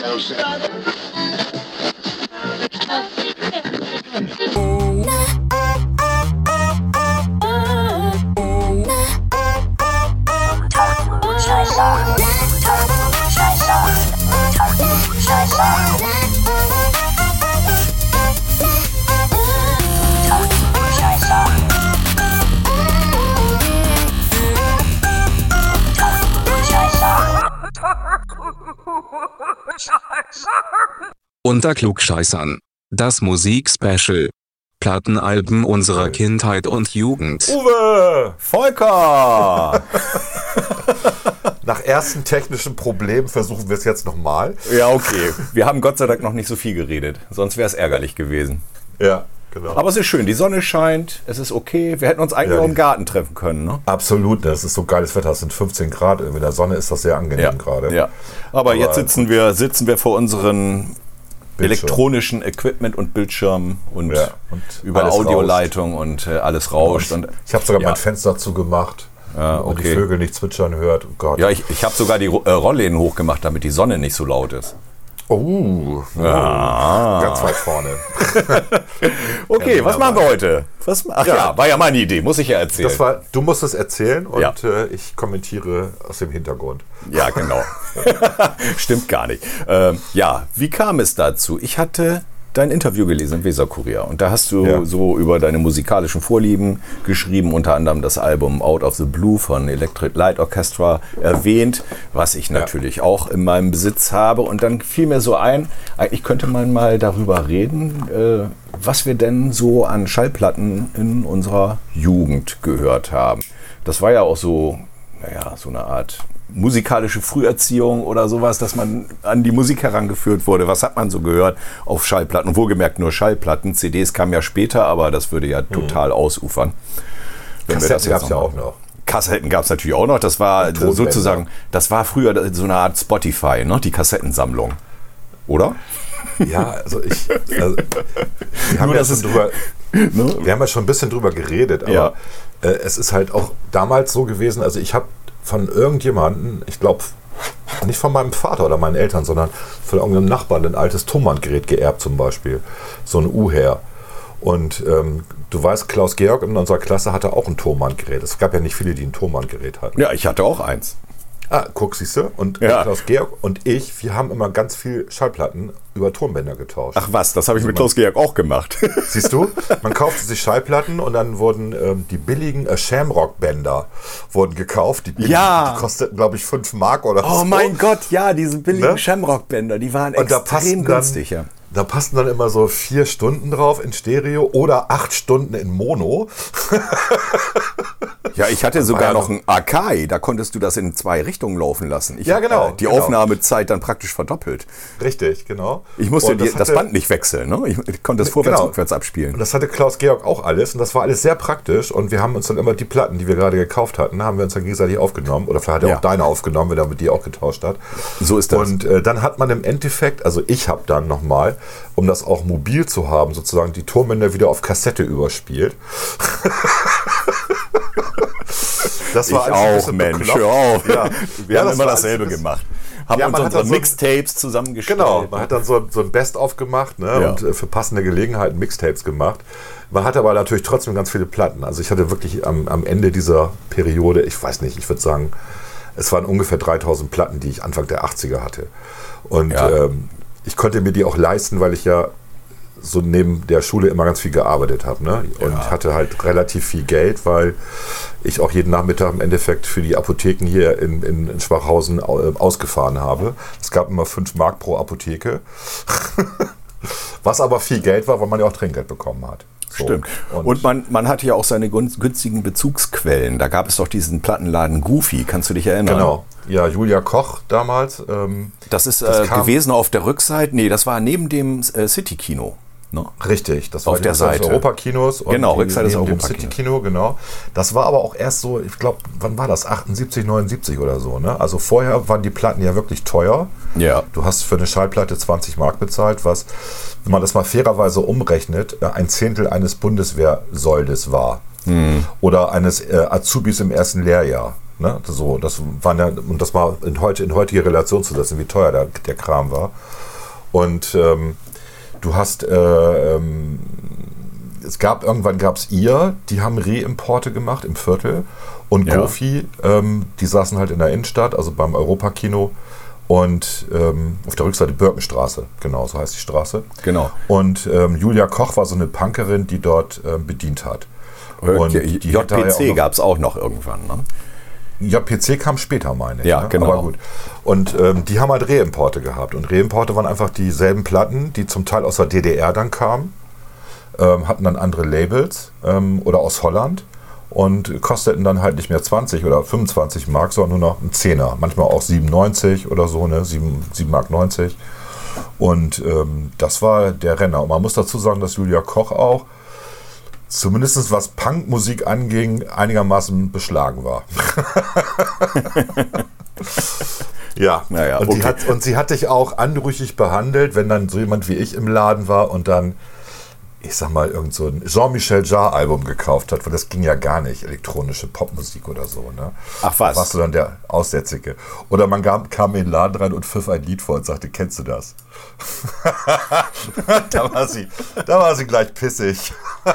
Unter Klugscheißern. Das Musikspecial. Plattenalben unserer Kindheit und Jugend. Uwe! Volker! Nach ersten technischen Problemen versuchen wir es jetzt nochmal. Ja, okay. Wir haben Gott sei Dank noch nicht so viel geredet. Sonst wäre es ärgerlich gewesen. Ja, genau. Aber es ist schön. Die Sonne scheint. Es ist okay. Wir hätten uns eigentlich auch im Garten treffen können, ne? Absolut. Das ist so geiles Wetter. Es sind 15 Grad. Mit der Sonne ist das sehr angenehm gerade. Ja. Aber jetzt sitzen wir vor unseren elektronischen Equipment und Bildschirm und über Audioleitung und alles rauscht. Und ich habe sogar mein Fenster zugemacht, damit man die Vögel nicht zwitschern hört. Oh Gott. Ja, ich habe sogar die Rollläden hochgemacht, damit die Sonne nicht so laut ist. Ganz weit vorne. Okay, was machen wir heute? War ja meine Idee, muss ich ja erzählen. Du musst es erzählen und ich kommentiere aus dem Hintergrund. Ja, genau. Stimmt gar nicht. Wie kam es dazu? Ich hatte dein Interview gelesen im Weser-Kurier und da hast du so über deine musikalischen Vorlieben geschrieben, unter anderem das Album Out of the Blue von Electric Light Orchestra erwähnt, was ich natürlich auch in meinem Besitz habe, und dann fiel mir so ein, eigentlich könnte man mal darüber reden, was wir denn so an Schallplatten in unserer Jugend gehört haben. Das war ja auch so, so eine Art musikalische Früherziehung oder sowas, dass man an die Musik herangeführt wurde. Was hat man so gehört auf Schallplatten? Und wohlgemerkt nur Schallplatten. CDs kamen ja später, aber das würde ja total ausufern. Kassetten gab es ja auch noch. Kassetten gab es natürlich auch noch. Das war sozusagen, das war früher so eine Art Spotify, ne? Die Kassettensammlung. Oder? Ja, wir haben ja schon ein bisschen drüber geredet, aber es ist halt auch damals so gewesen, also ich habe von irgendjemandem, ich glaube, nicht von meinem Vater oder meinen Eltern, sondern von irgendeinem Nachbarn ein altes Tonbandgerät geerbt zum Beispiel. So ein U-Her. Und du weißt, Klaus Georg in unserer Klasse hatte auch ein Tonbandgerät. Es gab ja nicht viele, die ein Tonbandgerät hatten. Ja, ich hatte auch eins. Guck, siehst du? Und Klaus Georg und wir haben immer ganz viel Schallplatten über Tonbänder getauscht. Ach was, das habe ich mit Klaus Georg auch gemacht. Siehst du? Man kaufte sich Schallplatten und dann wurden die billigen Shamrock-Bänder wurden gekauft. Die kosteten, glaube ich, 5 Mark oder so. Oh mein Gott, ja, diese billigen Shamrock-Bänder, die waren extrem günstig. Da passten dann immer so 4 Stunden drauf in Stereo oder 8 Stunden in Mono. Ja, ich hatte sogar noch ein Akai, da konntest du das in 2 Richtungen laufen lassen. Die Aufnahmezeit dann praktisch verdoppelt. Richtig, genau. Ich musste das Band nicht wechseln, ne? Ich konnte es vorwärts und rückwärts abspielen. Und das hatte Klaus Georg auch alles und das war alles sehr praktisch und wir haben uns dann immer die Platten, die wir gerade gekauft hatten, haben wir uns dann gegenseitig aufgenommen oder vielleicht hat er auch deine aufgenommen, wenn er mit dir auch getauscht hat. So ist das. Und dann hat man im Endeffekt, also ich habe dann nochmal, um das auch mobil zu haben, sozusagen die Tonbänder wieder auf Kassette überspielt. Das war auch, Mensch, hör auf. Ja. Wir haben immer dasselbe gemacht. Haben uns unsere Mixtapes zusammengestellt. Genau, man hat dann so ein Best-of gemacht, ne? Und für passende Gelegenheiten Mixtapes gemacht. Man hatte aber natürlich trotzdem ganz viele Platten. Also ich hatte wirklich am Ende dieser Periode, ich weiß nicht, ich würde sagen, es waren ungefähr 3000 Platten, die ich Anfang der 80er hatte. Und ich konnte mir die auch leisten, weil ich ja so neben der Schule immer ganz viel gearbeitet habe. Ne? Und ich hatte halt relativ viel Geld, weil ich auch jeden Nachmittag im Endeffekt für die Apotheken hier in Schwachhausen ausgefahren habe. Es gab immer 5 Mark pro Apotheke. Was aber viel Geld war, weil man ja auch Trinkgeld bekommen hat. So. Stimmt. Und man hatte ja auch seine günstigen Bezugsquellen. Da gab es doch diesen Plattenladen Goofy, kannst du dich erinnern? Genau. Ja, Julia Koch damals. Das ist gewesen auf der Rückseite. Nee, das war neben dem City-Kino. Ne? Richtig, das war auf der Seite des Europakinos. Genau, Rückseite des Europakinos. City-Kino, genau. Das war aber auch erst so, ich glaube, wann war das? 78, 79 oder so. Ne? Also vorher waren die Platten ja wirklich teuer. Ja. Du hast für eine Schallplatte 20 Mark bezahlt, was, wenn man das mal fairerweise umrechnet, ein Zehntel eines Bundeswehrsoldes war. Oder eines Azubis im ersten Lehrjahr. Ne? So, das war in heutige Relation zu setzen, wie teuer der Kram war. Und du hast, irgendwann gab es die haben Reimporte gemacht im Viertel. Und Gofi, die saßen halt in der Innenstadt, also beim Europakino. Und auf der Rückseite Birkenstraße, genau, so heißt die Straße. Genau. Und Julia Koch war so eine Punkerin, die dort bedient hat. Und die JPC gab es auch noch irgendwann, ne? JPC kam später, meine ich. Ja, ne? genau. Aber gut. Und die haben halt Reimporte gehabt. Und Reimporte waren einfach dieselben Platten, die zum Teil aus der DDR dann kamen, hatten dann andere Labels oder aus Holland. Und kosteten dann halt nicht mehr 20 oder 25 Mark, sondern nur noch ein Zehner. Manchmal auch 97 oder so, ne? 7,90 Mark. Und das war der Renner. Und man muss dazu sagen, dass Julia Koch auch, zumindest was Punkmusik anging, einigermaßen beschlagen war. Ja, naja, und, okay. Sie hat dich auch anrüchig behandelt, wenn dann so jemand wie ich im Laden war und dann, ich sag mal, irgend so ein Jean-Michel Jarre-Album gekauft hat, weil das ging ja gar nicht, elektronische Popmusik oder so. Ne? Ach was? Warst du dann der Aussätzige. Oder man kam in den Laden rein und pfiff ein Lied vor und sagte, kennst du das? Da war sie gleich pissig.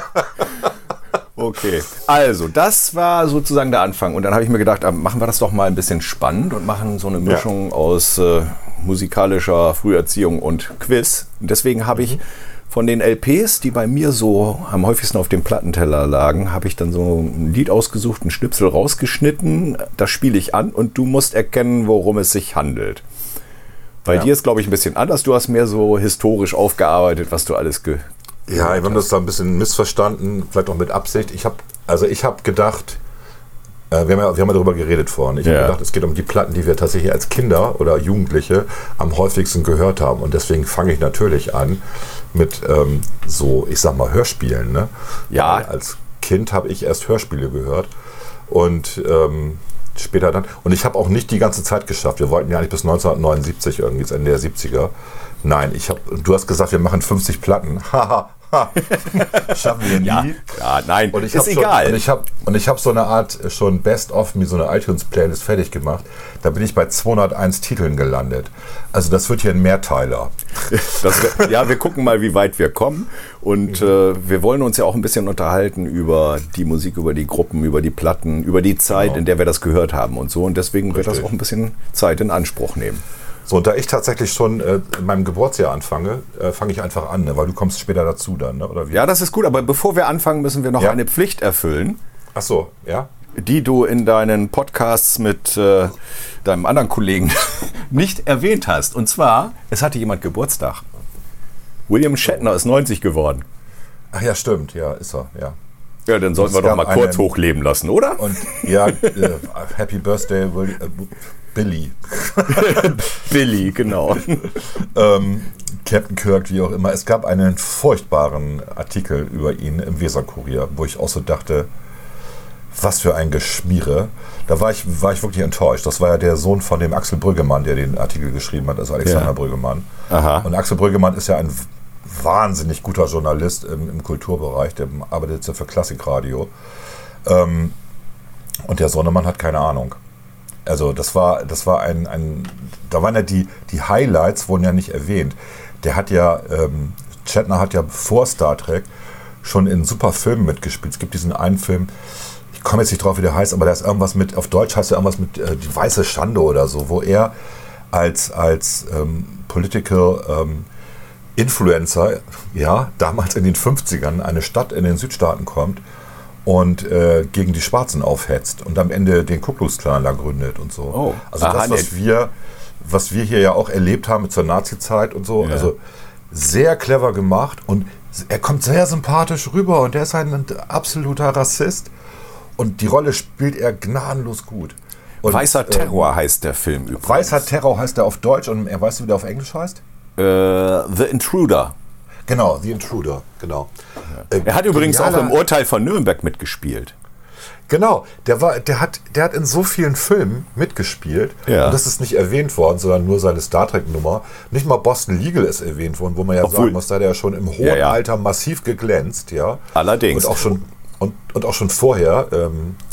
Okay, also das war sozusagen der Anfang. Und dann habe ich mir gedacht, machen wir das doch mal ein bisschen spannend und machen so eine Mischung aus musikalischer Früherziehung und Quiz. Und deswegen habe ich von den LPs, die bei mir so am häufigsten auf dem Plattenteller lagen, habe ich dann so ein Lied ausgesucht, einen Schnipsel rausgeschnitten. Das spiele ich an und du musst erkennen, worum es sich handelt. Bei dir ist, glaube ich, ein bisschen anders. Du hast mehr so historisch aufgearbeitet, was du alles Ja, wir haben das da ein bisschen missverstanden, vielleicht auch mit Absicht. Ich habe gedacht, wir haben ja darüber geredet vorhin. Ich habe gedacht, es geht um die Platten, die wir tatsächlich als Kinder oder Jugendliche am häufigsten gehört haben. Und deswegen fange ich natürlich an mit so, ich sag mal, Hörspielen. Ne? Ja. Als Kind habe ich erst Hörspiele gehört und später dann. Und ich habe auch nicht die ganze Zeit geschafft. Wir wollten ja eigentlich bis 1979 irgendwie, das Ende der 70er. Nein, du hast gesagt, wir machen 50 Platten. Haha. Schaffen wir nie. Ja, nein, und ich ist egal. Und ich habe so eine Art schon Best-of, mir so eine iTunes-Playlist fertig gemacht. Da bin ich bei 201 Titeln gelandet. Also das wird hier ein Mehrteiler. Wir gucken mal, wie weit wir kommen. Und wir wollen uns ja auch ein bisschen unterhalten über die Musik, über die Gruppen, über die Platten, über die Zeit, in der wir das gehört haben und so. Und deswegen wird das auch ein bisschen Zeit in Anspruch nehmen. So, und da ich tatsächlich schon in meinem Geburtsjahr anfange, fange ich einfach an, ne? Weil du kommst später dazu dann, ne? Oder wie? Ja, das ist gut, aber bevor wir anfangen, müssen wir noch eine Pflicht erfüllen. Ach so, ja? Die du in deinen Podcasts mit deinem anderen Kollegen nicht erwähnt hast. Und zwar, es hatte jemand Geburtstag. William Shatner ist 90 geworden. Ach ja, stimmt, ja, ist er, ja. Ja, dann sollten wir doch mal kurz hochleben lassen, oder? Und ja, Happy Birthday, Billy. Billy, genau. Captain Kirk, wie auch immer. Es gab einen furchtbaren Artikel über ihn im Weser-Kurier, wo ich auch so dachte, was für ein Geschmiere. Da war ich wirklich enttäuscht. Das war ja der Sohn von dem Axel Brüggemann, der den Artikel geschrieben hat, also Alexander Brüggemann. Aha. Und Axel Brüggemann ist ja ein wahnsinnig guter Journalist im Kulturbereich, der arbeitet jetzt ja für Klassikradio. Und der Sonnemann hat keine Ahnung. Also da waren ja die Highlights wurden ja nicht erwähnt. Der hat ja, Shatner hat ja vor Star Trek schon in super Filmen mitgespielt. Es gibt diesen einen Film, ich komme jetzt nicht drauf, wie der heißt, aber da ist irgendwas mit, auf Deutsch heißt er irgendwas mit die weiße Schande oder so, wo er als Political Influencer, ja, damals in den 50ern, eine Stadt in den Südstaaten kommt und gegen die Schwarzen aufhetzt und am Ende den Ku Klux Klan da gründet und so. Oh. Also das, was wir hier ja auch erlebt haben zur Nazi-Zeit und so, also sehr clever gemacht und er kommt sehr sympathisch rüber und er ist ein absoluter Rassist und die Rolle spielt er gnadenlos gut. Und, Weißer Terror heißt der Film übrigens. Weißer Terror heißt er auf Deutsch und weißt du, wie der auf Englisch heißt? The Intruder. Genau, The Intruder, genau. Er hat übrigens auch im Urteil von Nürnberg mitgespielt. Genau, der hat in so vielen Filmen mitgespielt und das ist nicht erwähnt worden, sondern nur seine Star Trek Nummer. Nicht mal Boston Legal ist erwähnt worden, wo man ja sagen muss, da hat er ja schon im hohen Alter massiv geglänzt, ja. Allerdings. Und auch schon vorher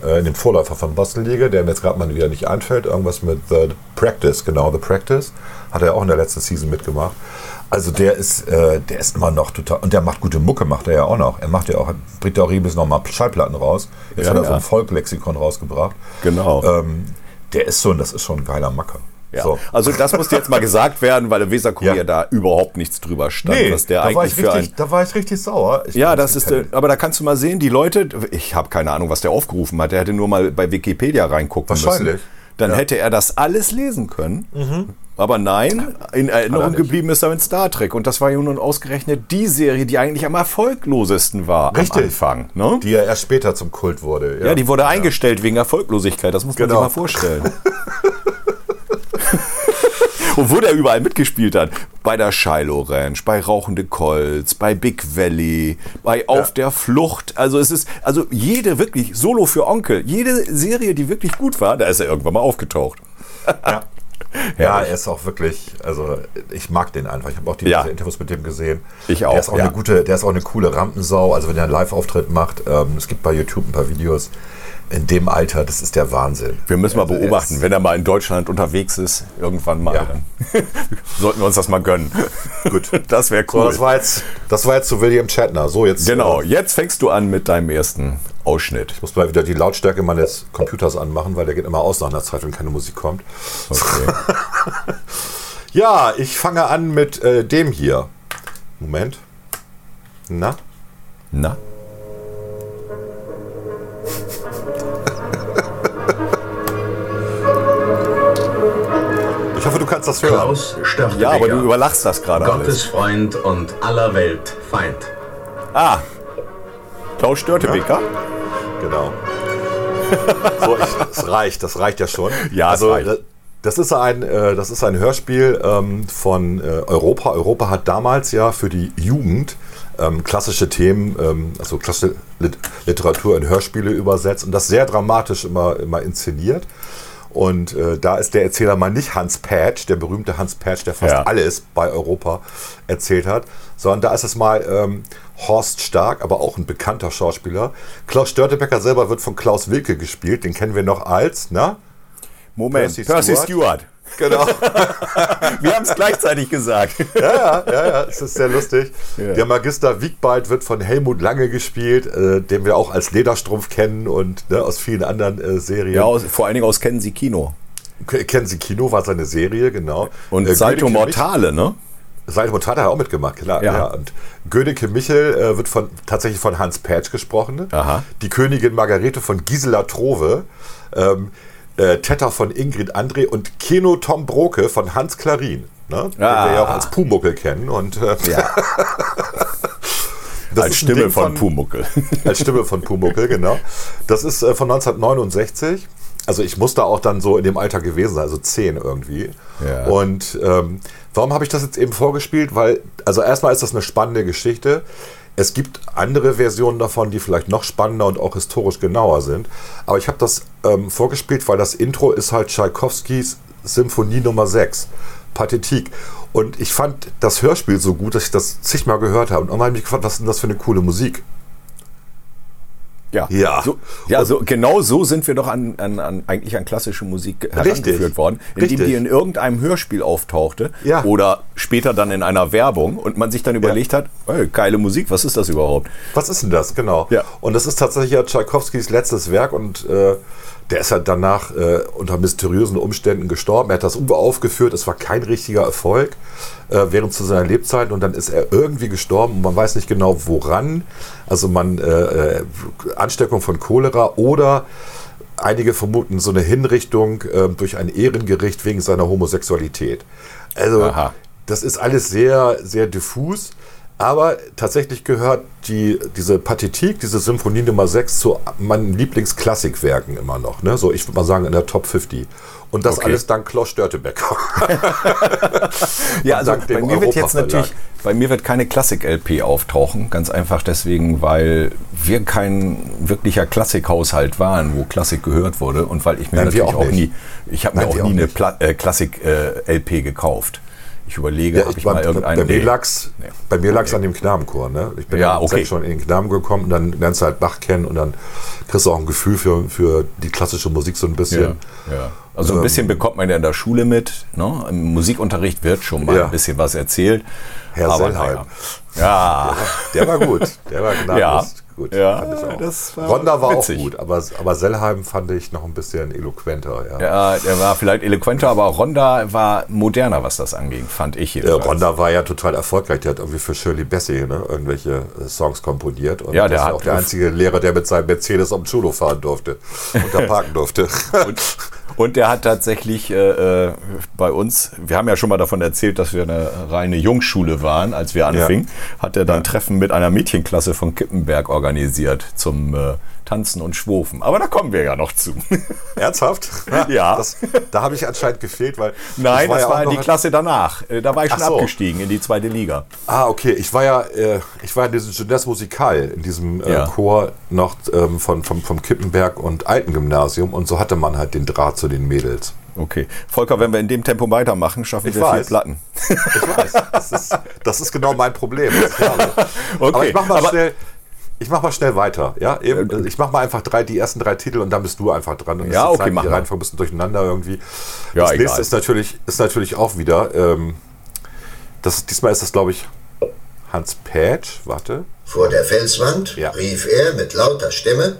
in dem Vorläufer von Boston Legal, der mir jetzt gerade mal wieder nicht einfällt, irgendwas mit The Practice, genau, The Practice, hat er auch in der letzten Season mitgemacht. Also der ist immer noch total, und der macht gute Mucke, macht er ja auch noch. Er bringt ja auch regelmäßig noch mal Schallplatten raus. Jetzt hat er so ein Folklexikon rausgebracht. Genau. Das ist schon ein geiler Macker. Ja. So. Also das musste jetzt mal gesagt werden, weil der Weser-Kurier da überhaupt nichts drüber stand. Nee, was der da eigentlich war ich richtig sauer. Aber da kannst du mal sehen, die Leute, ich habe keine Ahnung, was der aufgerufen hat, der hätte nur mal bei Wikipedia reingucken Wahrscheinlich. müssen. Dann hätte er das alles lesen können. Aber nein, in Erinnerung geblieben ist damit Star Trek. Und das war ja nun ausgerechnet die Serie, die eigentlich am erfolglosesten war am Anfang. Ne? Die ja erst später zum Kult wurde. Ja, die wurde eingestellt wegen Erfolglosigkeit. Das muss man sich mal vorstellen. Und wo der überall mitgespielt hat. Bei der Shiloh Ranch, bei Rauchende Colts, bei Big Valley, bei Auf der Flucht. Also jede wirklich, Solo für Onkel, jede Serie, die wirklich gut war, da ist er irgendwann mal aufgetaucht. Ja, er ist auch wirklich, also ich mag den einfach. Ich habe auch diese Interviews mit dem gesehen. Ich auch. Der ist auch eine coole Rampensau. Also wenn er einen Live-Auftritt macht, es gibt bei YouTube ein paar Videos. In dem Alter, das ist der Wahnsinn. Wir müssen mal beobachten, wenn er mal in Deutschland unterwegs ist, irgendwann mal, dann sollten wir uns das mal gönnen. Gut. Das wäre cool. So, das war jetzt zu William Shatner. So, jetzt. Genau, jetzt fängst du an mit deinem ersten Ausschnitt. Ich muss mal wieder die Lautstärke meines Computers anmachen, weil der geht immer aus nach einer Zeit, wenn keine Musik kommt. Okay. Ja, ich fange an mit dem hier. Moment. Na? Ich hoffe, du kannst das hören. Klaus Störtebeker. Ja, aber du überlachst das gerade alles. Gottes Freund und aller Welt Feind. Klaus Störtebeker? Genau. So, das reicht ja schon. Ja, also, reicht. Das ist ein Hörspiel von Europa. Europa hat damals ja für die Jugend klassische Themen, also klassische Literatur in Hörspiele übersetzt und das sehr dramatisch immer inszeniert. Und da ist der Erzähler mal nicht Hans Patch, der berühmte Hans Patch, der fast alles bei Europa erzählt hat, sondern da ist es mal Horst Stark, aber auch ein bekannter Schauspieler. Klaus Störtebeker selber wird von Klaus Wilke gespielt, den kennen wir noch als, Moment, Percy Stewart. Genau. Wir haben es gleichzeitig gesagt. Ja, es ist sehr lustig. Ja. Der Magister Wiegbald wird von Helmut Lange gespielt, den wir auch als Lederstrumpf kennen und aus vielen anderen Serien. Ja, vor allen Dingen aus Kennen Sie Kino. Kennen Sie Kino war seine Serie, genau. Und Salto Mortale, ne? Salto Mortale hat er auch mitgemacht, klar. Ja. Und Gödeke Michel wird tatsächlich von Hans Patch gesprochen. Aha. Die Königin Margarete von Gisela Trove. Tetta von Ingrid André und Keno Tom Broke von Hans Klarin, den wir ja auch als Pumuckl kennen. Und, als Stimme von Pumuckl. Als Stimme von Pumuckl, genau. Das ist von 1969. Also ich muss da auch dann so in dem Alter gewesen sein, also 10 irgendwie. Ja. Und warum habe ich das jetzt eben vorgespielt? Weil, also erstmal ist das eine spannende Geschichte. Es gibt andere Versionen davon, die vielleicht noch spannender und auch historisch genauer sind. Aber ich habe das vorgespielt, weil das Intro ist halt Tschaikowskis Symphonie Nummer 6, Pathetique. Und ich fand das Hörspiel so gut, dass ich das zigmal gehört habe. Und irgendwann habe ich mich gefragt, was ist denn das für eine coole Musik? Ja. Genau so sind wir doch eigentlich an klassische Musik herangeführt worden, indem die in irgendeinem Hörspiel auftauchte oder später dann in einer Werbung und man sich dann überlegt hat, hey, geile Musik, was ist das überhaupt? Was ist denn das? Genau. Ja. Und das ist tatsächlich ja Tschaikowskis letztes Werk und der ist halt danach unter mysteriösen Umständen gestorben. Er hat das uraufgeführt, es war kein richtiger Erfolg während zu seiner Lebzeit und dann ist er irgendwie gestorben und man weiß nicht genau woran. Also Ansteckung von Cholera oder einige vermuten so eine Hinrichtung durch ein Ehrengericht wegen seiner Homosexualität. Also das ist alles sehr, sehr diffus. Aber tatsächlich gehört diese Pathetique, diese Symphonie Nummer 6 zu meinen Lieblingsklassikwerken immer noch. Ne? So, ich würde mal sagen, in der Top 50. Und das alles dank Klaus Störtebeker. Ja, also bei mir wird keine Klassik-LP auftauchen. Ganz einfach deswegen, weil wir kein wirklicher Klassikhaushalt waren, wo Klassik gehört wurde. Und weil ich mir natürlich auch nie eine Klassik-LP gekauft. Ich überlege, habe ich mal irgendeinen... Bei mir lag's an dem Knabenchor. Ne? Ich bin schon in den Knaben gekommen und dann lernst du halt Bach kennen und dann kriegst du auch ein Gefühl für die klassische Musik so ein bisschen. Ja. Also ein bisschen bekommt man ja in der Schule mit. Ne? Im Musikunterricht wird schon mal ein bisschen was erzählt. Herr Sellheim. Ja. Der war gut. Der war gnadenlos gut. Ja, fand ich auch. Das war Ronda war witzig. auch gut, aber Sellheim fand ich noch ein bisschen eloquenter. Ja, der war vielleicht eloquenter, aber Ronda war moderner, was das anging, fand ich jedenfalls. Ronda war ja total erfolgreich. Der hat irgendwie für Shirley Bassey irgendwelche Songs komponiert. Und ja, das ist auch der einzige Lehrer, der mit seinem Mercedes um den Schulhof fahren durfte und da parken durfte. Und der hat tatsächlich bei uns, wir haben ja schon mal davon erzählt, dass wir eine reine Jungschule waren, als wir anfingen, hat er dann Treffen mit einer Mädchenklasse von Kippenberg organisiert zum Tanzen und Schwofen. Aber da kommen wir ja noch zu. Ernsthaft? Ja. Da habe ich anscheinend gefehlt, weil... Nein, das war die Klasse danach. Da war ich schon abgestiegen in die 2. Liga. Ah, okay. Ich war ja in diesem Jeunesse Musical, in diesem Chor noch vom Kippenberg und Altengymnasium und so hatte man halt den Draht zu den Mädels. Okay. Volker, wenn wir in dem Tempo weitermachen, schaffen wir 4 Platten. Ich weiß. Das ist genau mein Problem. Okay. Aber ich mach mal schnell weiter. Ja? Ich mach mal einfach die ersten 3 Titel und dann bist du einfach dran. Und die Reihenfolge ein bisschen durcheinander irgendwie. Ja, das nächste ist natürlich auch wieder, diesmal ist das, glaube ich, Hans Pätsch. Warte. Vor der Felswand rief er mit lauter Stimme: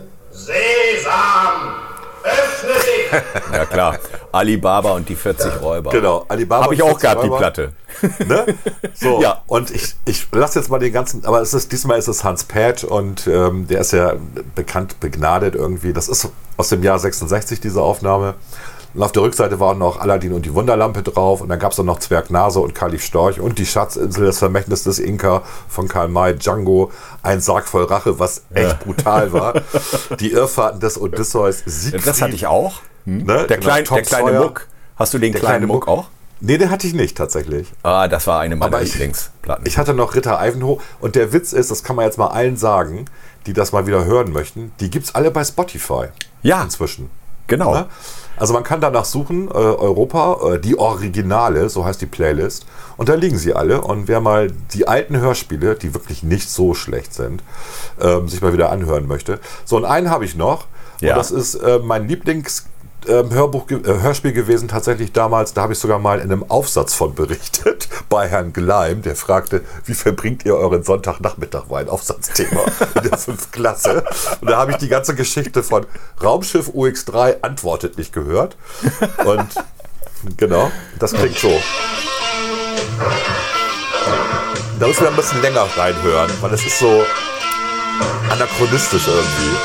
Sesam! Öffne dich! Ja klar, Alibaba und die 40 Räuber. Genau, Alibaba. Habe ich auch gehabt, Räuber. Die Platte. Ne? So, ja. Und ich lasse jetzt mal den ganzen, aber diesmal ist es Hans Pätsch und der ist ja begnadet irgendwie. Das ist aus dem Jahr 66, diese Aufnahme. Und auf der Rückseite waren noch Aladdin und die Wunderlampe drauf und dann gab es dann noch Zwerg Nase und Kalif Storch und die Schatzinsel, das Vermächtnis des Inka von Karl May, Django, ein Sarg voll Rache, was echt brutal war. Die Irrfahrten des Odysseus, Siegfried. Das hatte ich auch. Ne? Der kleine Muck. Hast du den kleinen Muck auch? Nee, den hatte ich nicht tatsächlich. Ah, das war eine meiner Lieblingsplatten. Ich hatte noch Ritter Ivanhoe und der Witz ist, das kann man jetzt mal allen sagen, die das mal wieder hören möchten, die gibt es alle bei Spotify. Ja. Inzwischen. Genau. Ja? Also man kann danach suchen, Europa, die Originale, so heißt die Playlist. Und da liegen sie alle. Und wer mal die alten Hörspiele, die wirklich nicht so schlecht sind, sich mal wieder anhören möchte. So, und einen habe ich noch. Ja. Und das ist mein Hörspiel gewesen, tatsächlich damals, da habe ich sogar mal in einem Aufsatz von berichtet, bei Herrn Gleim, der fragte, wie verbringt ihr euren Sonntagnachmittag, war ein Aufsatzthema in der 5. Klasse. Und da habe ich die ganze Geschichte von Raumschiff UX3 antwortet nicht gehört. Und genau, das klingt so. Da müssen wir ein bisschen länger reinhören, weil es ist so anachronistisch irgendwie.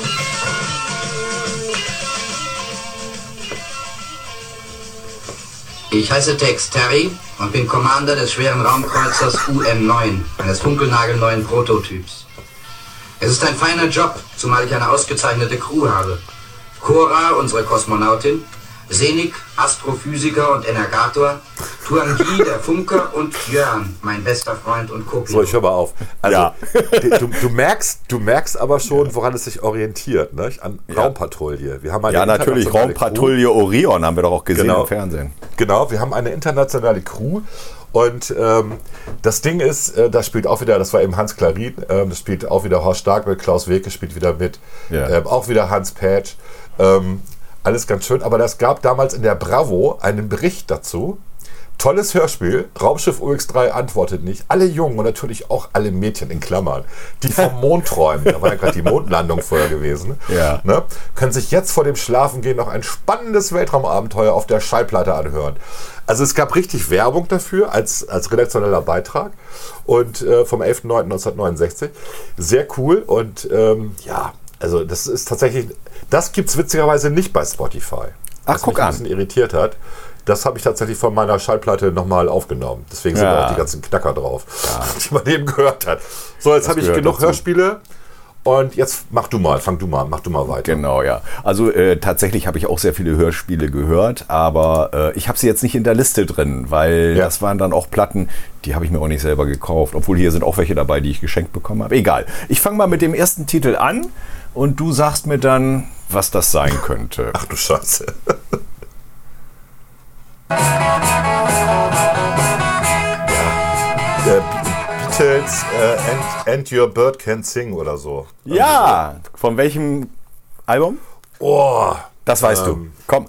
Ich heiße Tex Terry und bin Commander des schweren Raumkreuzers UM-9, eines funkelnagelneuen Prototyps. Es ist ein feiner Job, zumal ich eine ausgezeichnete Crew habe. Cora, unsere Kosmonautin, Senik, Astrophysiker und Energator, Tuangi, der Funker und Jörn, mein bester Freund und Co-Pilot. So, ich höre mal auf. Also, du merkst aber schon, woran es sich orientiert, ne? An Raumpatrouille. Wir haben eine natürlich, Raumpatrouille Orion haben wir doch auch gesehen im Fernsehen. Genau, wir haben eine internationale Crew und das Ding ist, da spielt auch wieder, das war eben Hans Klarin, das spielt auch wieder Horst Stark mit, Klaus Weke spielt wieder mit, auch wieder Hans Pätsch. Alles ganz schön, aber es gab damals in der Bravo einen Bericht dazu. Tolles Hörspiel, Raumschiff UX3 antwortet nicht. Alle Jungen und natürlich auch alle Mädchen in Klammern, die vom Mond träumen, da war ja gerade die Mondlandung vorher gewesen, ne, können sich jetzt vor dem Schlafengehen noch ein spannendes Weltraumabenteuer auf der Schallplatte anhören. Also es gab richtig Werbung dafür als redaktioneller Beitrag und vom 11.09.1969. Sehr cool und also das ist tatsächlich, das gibt es witzigerweise nicht bei Spotify. Ach, guck an. Was mich ein bisschen irritiert hat. Das habe ich tatsächlich von meiner Schallplatte nochmal aufgenommen. Deswegen sind auch die ganzen Knacker drauf, die man eben gehört hat. So, jetzt habe ich genug Hörspiele. Und jetzt mach du mal weiter. Genau, ja. Also tatsächlich habe ich auch sehr viele Hörspiele gehört, aber ich habe sie jetzt nicht in der Liste drin, weil das waren dann auch Platten, die habe ich mir auch nicht selber gekauft. Obwohl hier sind auch welche dabei, die ich geschenkt bekommen habe. Egal. Ich fange mal mit dem ersten Titel an und du sagst mir dann, was das sein könnte. Ach du Scheiße. Beatles and Your Bird Can Sing oder so. Ja, von welchem Album? Oh, das weißt du. Komm.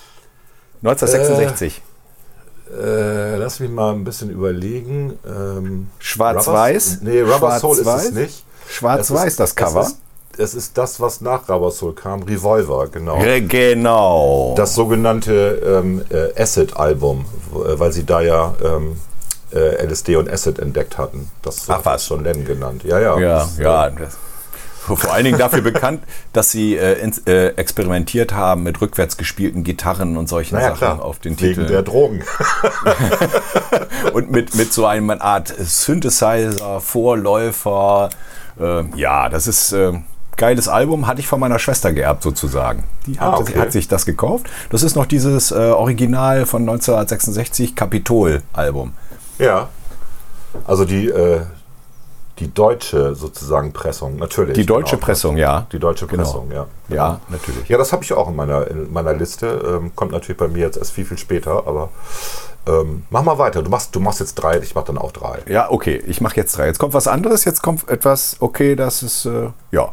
1966. Lass mich mal ein bisschen überlegen. Schwarz-Weiß? Nee, Rubber Soul ist es nicht. Schwarz-Weiß, das Cover. Es ist das, was nach Rubber Soul kam. Revolver, genau. Genau. Das sogenannte Acid-Album, weil sie da ja LSD und Acid entdeckt hatten. Das hat schon Lennon genannt. Ja. Vor allen Dingen dafür bekannt, dass sie experimentiert haben mit rückwärts gespielten Gitarren und solchen Sachen klar. auf den Titeln. Wegen der Drogen. Und mit so einer Art Synthesizer, Vorläufer. Das ist geiles Album, hatte ich von meiner Schwester geerbt sozusagen. Die hat sich das gekauft. Das ist noch dieses Original von 1966 Capitol-Album. Ja, also die deutsche sozusagen Pressung, natürlich. Die deutsche Pressung, ja. Die deutsche Pressung, ja. Ja, natürlich. Ja, das habe ich auch in meiner Liste. Kommt natürlich bei mir jetzt erst viel später, aber mach mal weiter. Du machst jetzt 3, ich mach dann auch 3. Ja, okay, ich mache jetzt 3. Jetzt kommt was anderes, jetzt kommt etwas, okay, das ist, ja.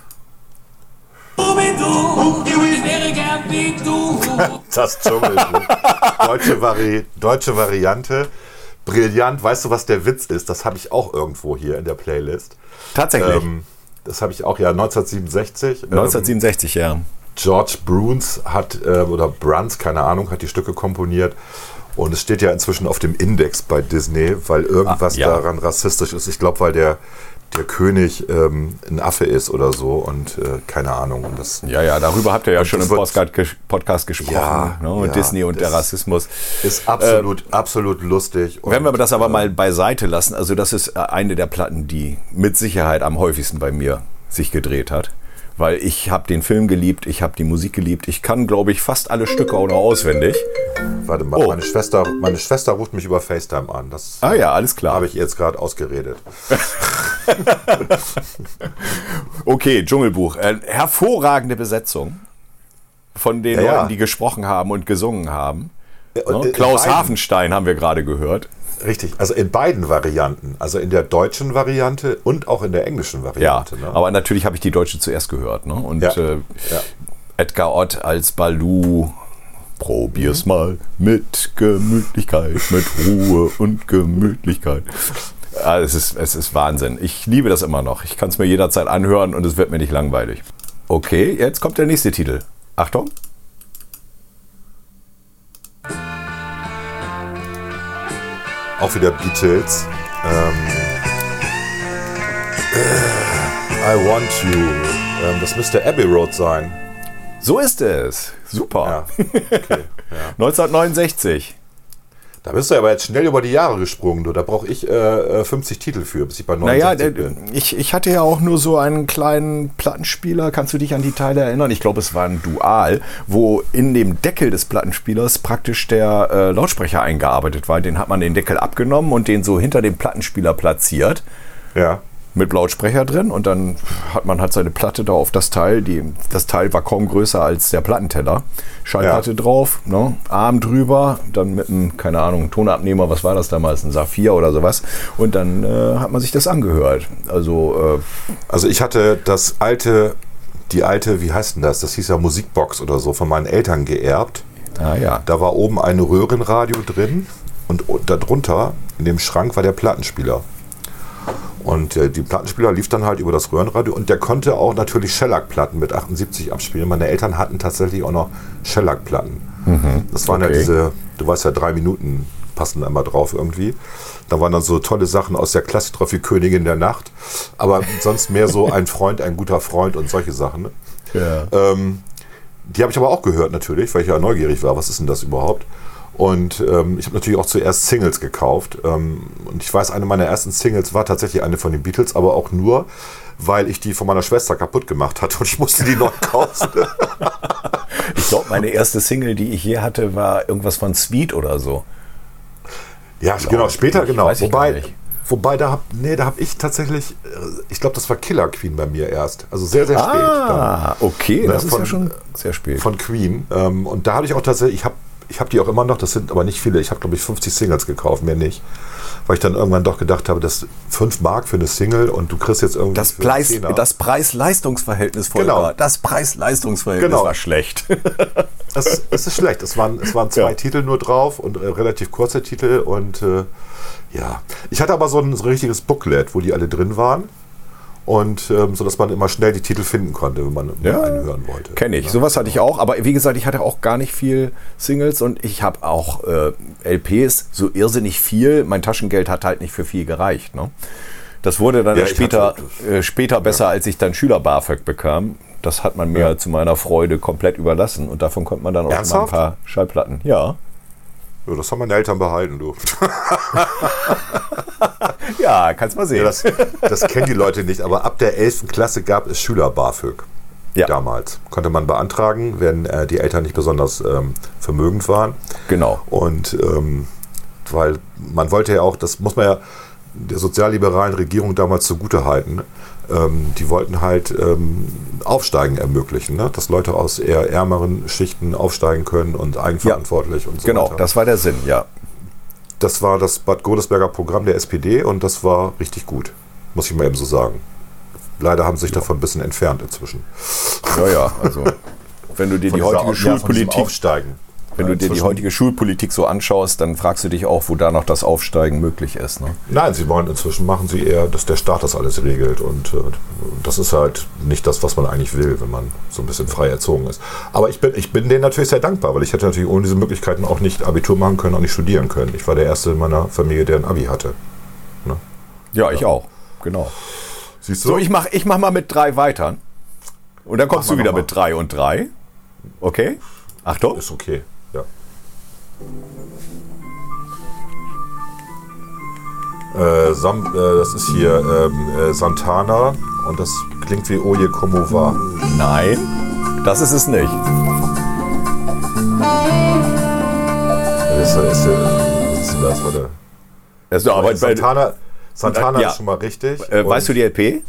Das Dschungelbuch. Deutsche Variante. Brillant. Weißt du, was der Witz ist? Das habe ich auch irgendwo hier in der Playlist. Tatsächlich? Das habe ich auch, 1967. 1967, ja. George Bruns oder Bruns, keine Ahnung, hat die Stücke komponiert. Und es steht ja inzwischen auf dem Index bei Disney, weil irgendwas daran rassistisch ist. Ich glaube, weil der König ein Affe ist oder so und keine Ahnung. Und das, darüber habt ihr ja schon im Podcast gesprochen. Und Disney und der Rassismus. Ist absolut lustig. Wenn wir das aber mal beiseite lassen, also das ist eine der Platten, die mit Sicherheit am häufigsten bei mir sich gedreht hat. Weil ich habe den Film geliebt, ich habe die Musik geliebt. Ich kann, glaube ich, fast alle Stücke auch noch auswendig. Warte mal, meine Schwester ruft mich über FaceTime an. Das alles klar. Habe ich jetzt gerade ausgeredet. Okay, Dschungelbuch. Hervorragende Besetzung von den Leuten, die gesprochen haben und gesungen haben. Klaus Hafenstein haben wir gerade gehört. Richtig, also in beiden Varianten, also in der deutschen Variante und auch in der englischen Variante. Ja, aber natürlich habe ich die deutsche zuerst gehört. Ne? Und Edgar Ott als Baloo, probier's mal mit Gemütlichkeit, mit Ruhe und Gemütlichkeit. Es ist Wahnsinn. Ich liebe das immer noch. Ich kann es mir jederzeit anhören und es wird mir nicht langweilig. Okay, jetzt kommt der nächste Titel. Achtung. Auch wieder Beatles. I Want You. Das müsste Abbey Road sein. So ist es. Super. Ja. Okay. 1969. Da bist du aber jetzt schnell über die Jahre gesprungen. Da brauche ich 50 Titel für, bis ich bei 69 bin. Ich hatte ja auch nur so einen kleinen Plattenspieler. Kannst du dich an die Teile erinnern? Ich glaube, es war ein Dual, wo in dem Deckel des Plattenspielers praktisch der Lautsprecher eingearbeitet war. Den hat man den Deckel abgenommen und den so hinter dem Plattenspieler platziert. Ja. Mit Lautsprecher drin und dann hat man seine Platte da auf das Teil. Das Teil war kaum größer als der Plattenteller. Schallplatte drauf, ne? Arm drüber, dann mit einem, keine Ahnung, Tonabnehmer, was war das damals, ein Saphir oder sowas. Und dann hat man sich das angehört. Also ich hatte die alte, wie heißt denn das? Das hieß ja Musikbox oder so, von meinen Eltern geerbt. Ah ja. Da war oben ein Röhrenradio drin und darunter in dem Schrank war der Plattenspieler. Und die Plattenspieler lief dann halt über das Röhrenradio und der konnte auch natürlich Shellac-Platten mit 78 abspielen. Meine Eltern hatten tatsächlich auch noch Shellac-Platten. Das waren ja diese, du weißt ja, 3 Minuten passen immer drauf irgendwie. Da waren dann so tolle Sachen aus der Klassik drauf wie Königin der Nacht. Aber sonst mehr so ein Freund, ein guter Freund und solche Sachen. Ne? Ja. Die habe ich aber auch gehört natürlich, weil ich ja neugierig war, was ist denn das überhaupt? Und ich habe natürlich auch zuerst Singles gekauft. Und ich weiß, eine meiner ersten Singles war tatsächlich eine von den Beatles, aber auch nur, weil ich die von meiner Schwester kaputt gemacht hatte und ich musste die neu kaufen. Ich glaube, meine erste Single, die ich je hatte, war irgendwas von Sweet oder so. Ja, genau, später, genau. Wobei, da habe ich tatsächlich, ich glaube, das war Killer Queen bei mir erst. Also sehr, sehr spät. Okay, das ist ja schon sehr spät. Von Queen. Und da habe ich auch tatsächlich, Ich habe die auch immer noch, das sind aber nicht viele. Ich habe, glaube ich, 50 Singles gekauft, mehr nicht. Weil ich dann irgendwann doch gedacht habe, das 5 Mark für eine Single und du kriegst jetzt irgendwie das Preis-Leistungs-Verhältnis Genau. Das Preis-Leistungs-Verhältnis war schlecht. Es ist schlecht. Es waren 2 Titel nur drauf und relativ kurze Titel und ja. Ich hatte aber so ein richtiges Booklet, wo die alle drin waren. Und so, dass man immer schnell die Titel finden konnte, wenn man einen hören wollte. Kenne ich. Sowas hatte ich auch. Aber wie gesagt, ich hatte auch gar nicht viel Singles und ich habe auch LPs so irrsinnig viel. Mein Taschengeld hat halt nicht für viel gereicht. Ne? Das wurde dann später besser, als ich dann Schüler-BAföG bekam. Das hat man mir zu meiner Freude komplett überlassen. Und davon konnte man dann auch mal ein paar Schallplatten. Ja. Ja, das haben meine Eltern behalten, du. Ja, kannst mal sehen. Ja, das kennen die Leute nicht, aber ab der 11. Klasse gab es Schüler-BAföG. Ja. Damals. Konnte man beantragen, wenn die Eltern nicht besonders vermögend waren. Genau. Und weil man wollte ja auch, das muss man ja der sozialliberalen Regierung damals zugutehalten, die wollten halt Aufsteigen ermöglichen, ne? Dass Leute aus eher ärmeren Schichten aufsteigen können und eigenverantwortlich und so weiter. Genau, das war der Sinn, ja. Das war das Bad Godesberger Programm der SPD und das war richtig gut, muss ich mal eben so sagen. Leider haben sie sich davon ein bisschen entfernt inzwischen. Ja, also wenn du dir die heutige Schulpolitik Wenn du dir die heutige Schulpolitik so anschaust, dann fragst du dich auch, wo da noch das Aufsteigen möglich ist. Ne? Nein, inzwischen machen sie eher, dass der Staat das alles regelt. Und das ist halt nicht das, was man eigentlich will, wenn man so ein bisschen frei erzogen ist. Aber ich bin denen natürlich sehr dankbar, weil ich hätte natürlich ohne diese Möglichkeiten auch nicht Abitur machen können, auch nicht studieren können. Ich war der Erste in meiner Familie, der ein Abi hatte. Ne? Ja, ich auch. Genau. Siehst du? So, ich mach mal mit 3 weiter. Und dann kommst du wieder mit 3 und 3. Okay? Achtung. Ist okay. Ja. Das ist hier Santana und das klingt wie Oye Como Va. Nein, das ist es nicht. Was ist das? Warte. Also, aber Santana ist schon mal richtig. Weißt du die LP?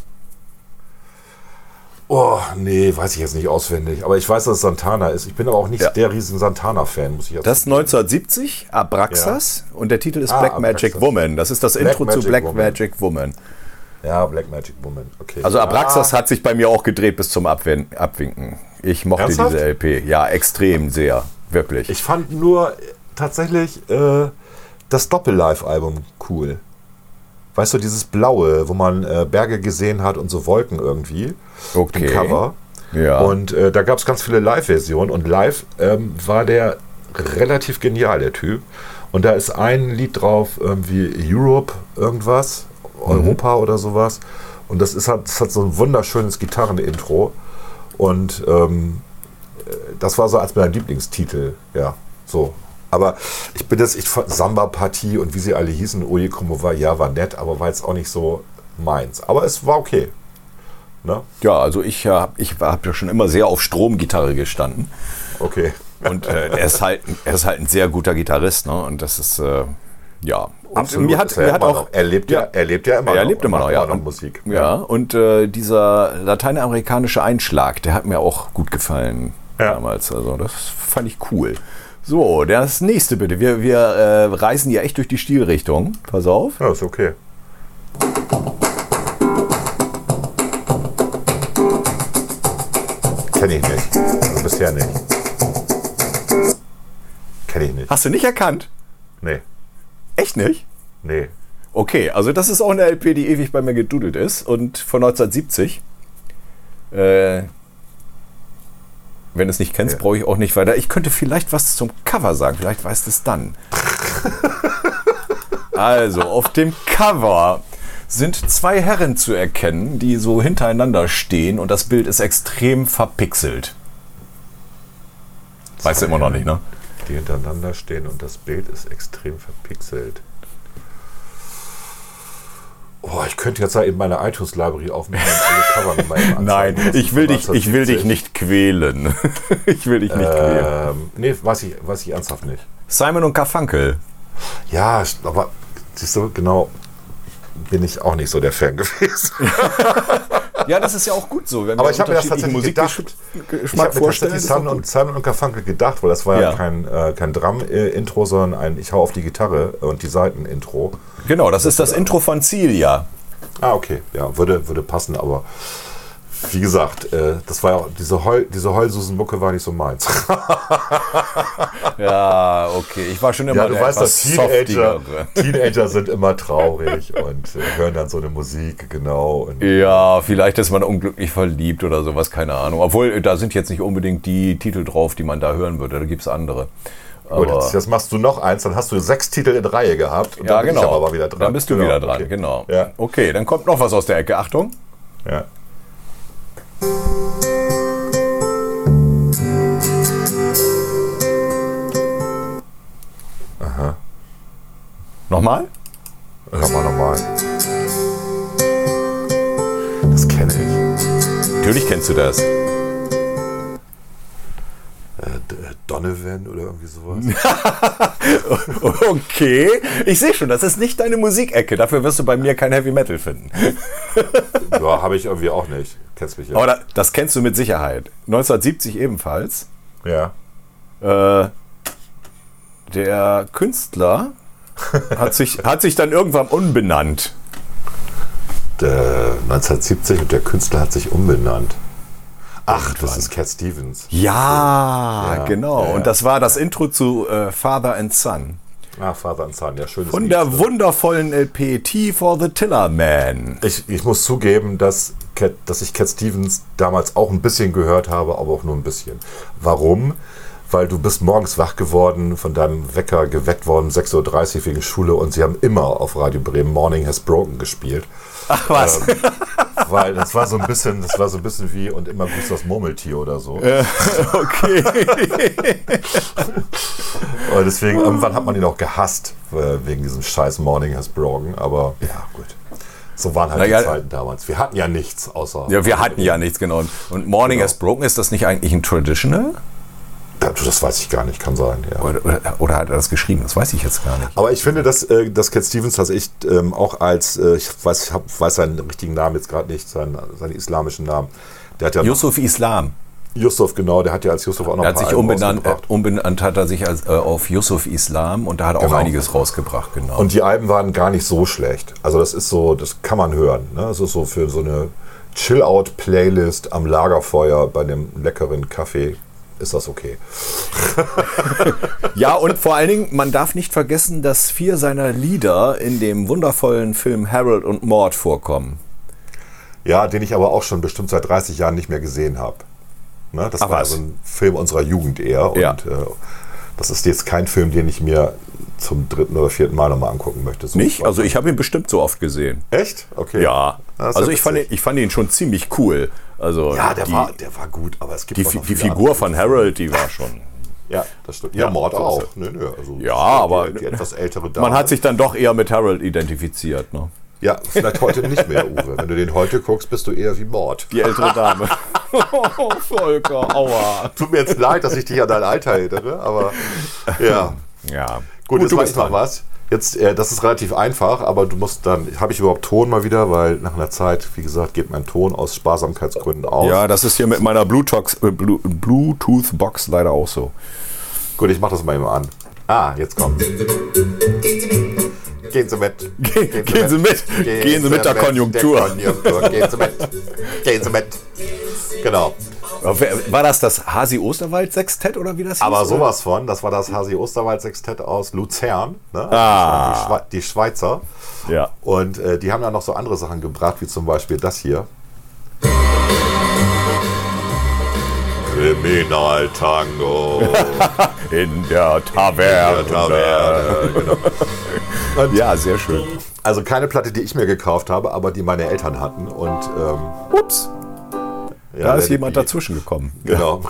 Oh, nee, weiß ich jetzt nicht auswendig. Aber ich weiß, dass es Santana ist. Ich bin aber auch nicht der riesen Santana-Fan, muss ich jetzt sagen. Das ist 1970, Abraxas. Und der Titel ist Black Magic Woman. Das ist das Intro zu Black Magic Woman. Ja, Black Magic Woman, okay. Also Abraxas hat sich bei mir auch gedreht bis zum Abwinken. Ich mochte diese LP. Ja, extrem sehr. Wirklich. Ich fand nur tatsächlich das Doppel-Live-Album cool. Weißt du, dieses Blaue, wo man Berge gesehen hat und so Wolken irgendwie. Okay. Im Cover. Ja. Und da gab es ganz viele Live-Versionen. Und live war der relativ genial, der Typ. Und da ist ein Lied drauf, irgendwie Europe irgendwas, Europa oder sowas. Und das hat so ein wunderschönes Gitarrenintro. Und das war so als mein Lieblingstitel. Ja, so. Aber ich fand Samba-Partie und wie sie alle hießen, Oye Como Va, ja, war nett, aber war jetzt auch nicht so meins. Aber es war okay. Ne? Ja, also ich hab ja schon immer sehr auf Stromgitarre gestanden. Okay. Und er ist halt ein sehr guter Gitarrist, ne? Und das ist, ja. Und absolut. Er lebt ja immer noch. Ja. Musik. Ja, und dieser lateinamerikanische Einschlag, der hat mir auch gut gefallen damals. Also das fand ich cool. So, das nächste bitte. Wir reisen hier echt durch die Stilrichtung. Pass auf. Ja, ist okay. Kenn ich nicht. Also bisher nicht. Kenn ich nicht. Hast du nicht erkannt? Nee. Echt nicht? Nee. Okay, also das ist auch eine LP, die ewig bei mir gedudelt ist und von 1970. Wenn du es nicht kennst, brauche ich auch nicht weiter. Ich könnte vielleicht was zum Cover sagen. Vielleicht weißt du es dann. Also, auf dem Cover sind 2 Herren zu erkennen, die so hintereinander stehen und das Bild ist extrem verpixelt. Weißt du immer noch nicht, ne? Die hintereinander stehen und das Bild ist extrem verpixelt. Oh, ich könnte jetzt eben meine iTunes-Library aufmachen und alle Cover mal Nein, ich will dich nicht quälen. Ich will dich nicht quälen. Nee, weiß ich ernsthaft nicht. Simon und Garfunkel. Ja, aber siehst du, genau, bin ich auch nicht so der Fan gewesen. Ja, das ist ja auch gut so. Wenn aber wir ich habe mir das tatsächlich gedacht. Ich habe mir tatsächlich Simon & Garfunkel gedacht, weil das war ja kein Drum-Intro, sondern ich hau auf die Gitarre und die Seiten-Intro. Genau, das ist das Intro von Celia. Ah, okay. Ja, würde passen, aber wie gesagt, das war ja auch, diese Heulsusen-Mucke war nicht so meins. Ja, okay. Ich war schon immer du weißt, dass Teenager sind immer traurig und hören dann so eine Musik, genau. Und ja, vielleicht ist man unglücklich verliebt oder sowas, keine Ahnung. Obwohl, da sind jetzt nicht unbedingt die Titel drauf, die man da hören würde. Da gibt es andere. Gut, jetzt machst du noch eins, dann hast du 6 Titel in Reihe gehabt. Und dann bin ich aber wieder dran. Dann bist du wieder dran, genau. Ja. Okay, dann kommt noch was aus der Ecke. Achtung. Ja. Aha. Nochmal? Nochmal. Das kenne ich. Natürlich kennst du das. Donovan oder irgendwie sowas. Okay, ich sehe schon, das ist nicht deine Musikecke. Dafür wirst du bei mir kein Heavy Metal finden. Ja, habe ich irgendwie auch nicht. Kennst mich ja. Aber das kennst du mit Sicherheit. 1970 ebenfalls. Ja. Der Künstler hat sich dann irgendwann umbenannt. 1970 und der Künstler hat sich umbenannt. Ach, das ist Cat Stevens. Ja, genau. Ja. Und das war das Intro zu Father and Son. Ah, Father and Son, ja, schönes Von der wundervollen LP Tea for the Tiller Man. Ich muss zugeben, dass ich Cat Stevens damals auch ein bisschen gehört habe, aber auch nur ein bisschen. Warum? Weil du bist morgens wach geworden, von deinem Wecker geweckt worden, 6:30 Uhr wegen Schule, und sie haben immer auf Radio Bremen Morning Has Broken gespielt. Ach was. Weil das war so ein bisschen wie und immer grüßt das Murmeltier oder so. Okay. Und deswegen, irgendwann hat man ihn auch gehasst, wegen diesem scheiß Morning Has Broken, aber ja, gut. So waren halt die Zeiten damals. Wir hatten ja nichts außer... Ja, wir hatten ja nichts, genau. Und Morning Has Broken, ist das nicht eigentlich ein Traditional? Das weiß ich gar nicht, kann sein. Ja. Oder hat er das geschrieben? Das weiß ich jetzt gar nicht. Aber ich finde, dass Cat Stevens tatsächlich auch als, ich weiß seinen richtigen Namen jetzt gerade nicht, seinen islamischen Namen. Der hat ja Yusuf Islam. Yusuf, genau, der hat ja als Yusuf auch noch ein paar Alben rausgebracht. Umbenannt hat er sich auf Yusuf Islam und da hat er auch einiges rausgebracht, genau. Und die Alben waren gar nicht so schlecht. Also das ist so, das kann man hören. Ne? Das ist so für so eine Chill-Out-Playlist am Lagerfeuer bei einem leckeren Kaffee. Ist das okay. Ja, und vor allen Dingen, man darf nicht vergessen, dass 4 seiner Lieder in dem wundervollen Film Harold und Maude vorkommen. Ja, den ich aber auch schon bestimmt seit 30 Jahren nicht mehr gesehen habe. Ne, das war so ein Film unserer Jugend eher. Ja. Und das ist jetzt kein Film, den ich mir zum 3. oder 4. Mal nochmal angucken möchte. So nicht? Also ich habe ihn bestimmt so oft gesehen. Echt? Okay. Ja. Also ich fand ihn schon ziemlich cool. Also ja, der war gut, aber es gibt die Figur von Harold, die war schon... Ja, das stimmt. Ja, Maude auch. Also ja, aber die etwas ältere Dame. Man hat sich dann doch eher mit Harold identifiziert, ne? Ja, vielleicht heute nicht mehr, Uwe. Wenn du den heute guckst, bist du eher wie Maude. Die ältere Dame. Oh, Volker, aua. Tut mir jetzt leid, dass ich dich an dein Alter erinnere, aber ja. Ja. Gut, jetzt weiß ich noch was. Jetzt, das ist relativ einfach, aber du musst dann, habe ich überhaupt Ton mal wieder, weil nach einer Zeit, wie gesagt, geht mein Ton aus Sparsamkeitsgründen aus. Ja, das ist hier mit meiner Bluetooth-Box leider auch so. Gut, ich mach das mal eben an. Ah, jetzt kommt's. Gehen Sie mit. Gehen Sie mit. Gehen Sie mit der Konjunktur. Gehen Sie mit. Genau. War das Hasi-Osterwald-Sextett oder wie das hieß? Aber sowas von, das war das Hasi-Osterwald-Sextett aus Luzern, ne? Die Schweizer. Ja. Und die haben dann noch so andere Sachen gebracht, wie zum Beispiel das hier. Kriminaltango. In der Taverne. Genau. Und ja, sehr schön. Also keine Platte, die ich mir gekauft habe, aber die meine Eltern hatten. Und ups. Ja, da ist jemand dazwischen gekommen. Genau.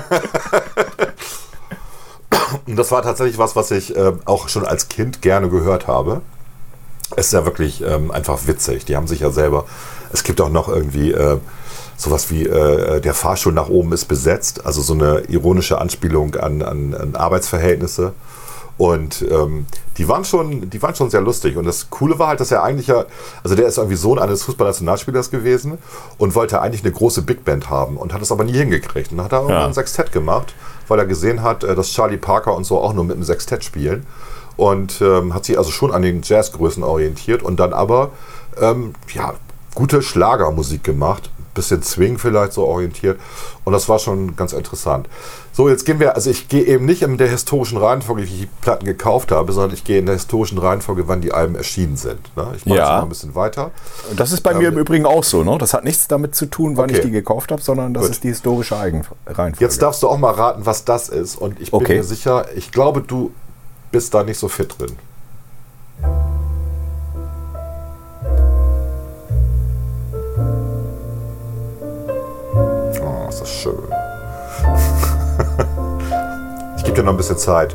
Und das war tatsächlich was ich auch schon als Kind gerne gehört habe. Es ist ja wirklich einfach witzig. Die haben sich ja selber... Es gibt auch noch irgendwie sowas wie der Fahrstuhl nach oben ist besetzt. Also so eine ironische Anspielung an Arbeitsverhältnisse. Und die waren schon sehr lustig. Und das Coole war halt, dass er eigentlich also der ist irgendwie Sohn eines Fußballnationalspielers gewesen und wollte eigentlich eine große Big Band haben und hat es aber nie hingekriegt. Und dann hat er irgendwann ein Sextett gemacht, weil er gesehen hat, dass Charlie Parker und so auch nur mit einem Sextett spielen. Und hat sich also schon an den Jazzgrößen orientiert und dann aber gute Schlagermusik gemacht. Bisschen Swing vielleicht so orientiert. Und das war schon ganz interessant. So, jetzt gehen wir, also ich gehe eben nicht in der historischen Reihenfolge, wie ich die Platten gekauft habe, sondern ich gehe in der historischen Reihenfolge, wann die Alben erschienen sind. Ne? Ich mache jetzt mal ein bisschen weiter. Das ist bei mir im Übrigen auch so. Ne? Das hat nichts damit zu tun, wann ich die gekauft habe, sondern das ist die historische Reihenfolge. Jetzt darfst du auch mal raten, was das ist. Und ich bin mir sicher, ich glaube, du bist da nicht so fit drin. Oh, ist das schön. Ich gebe dir noch ein bisschen Zeit.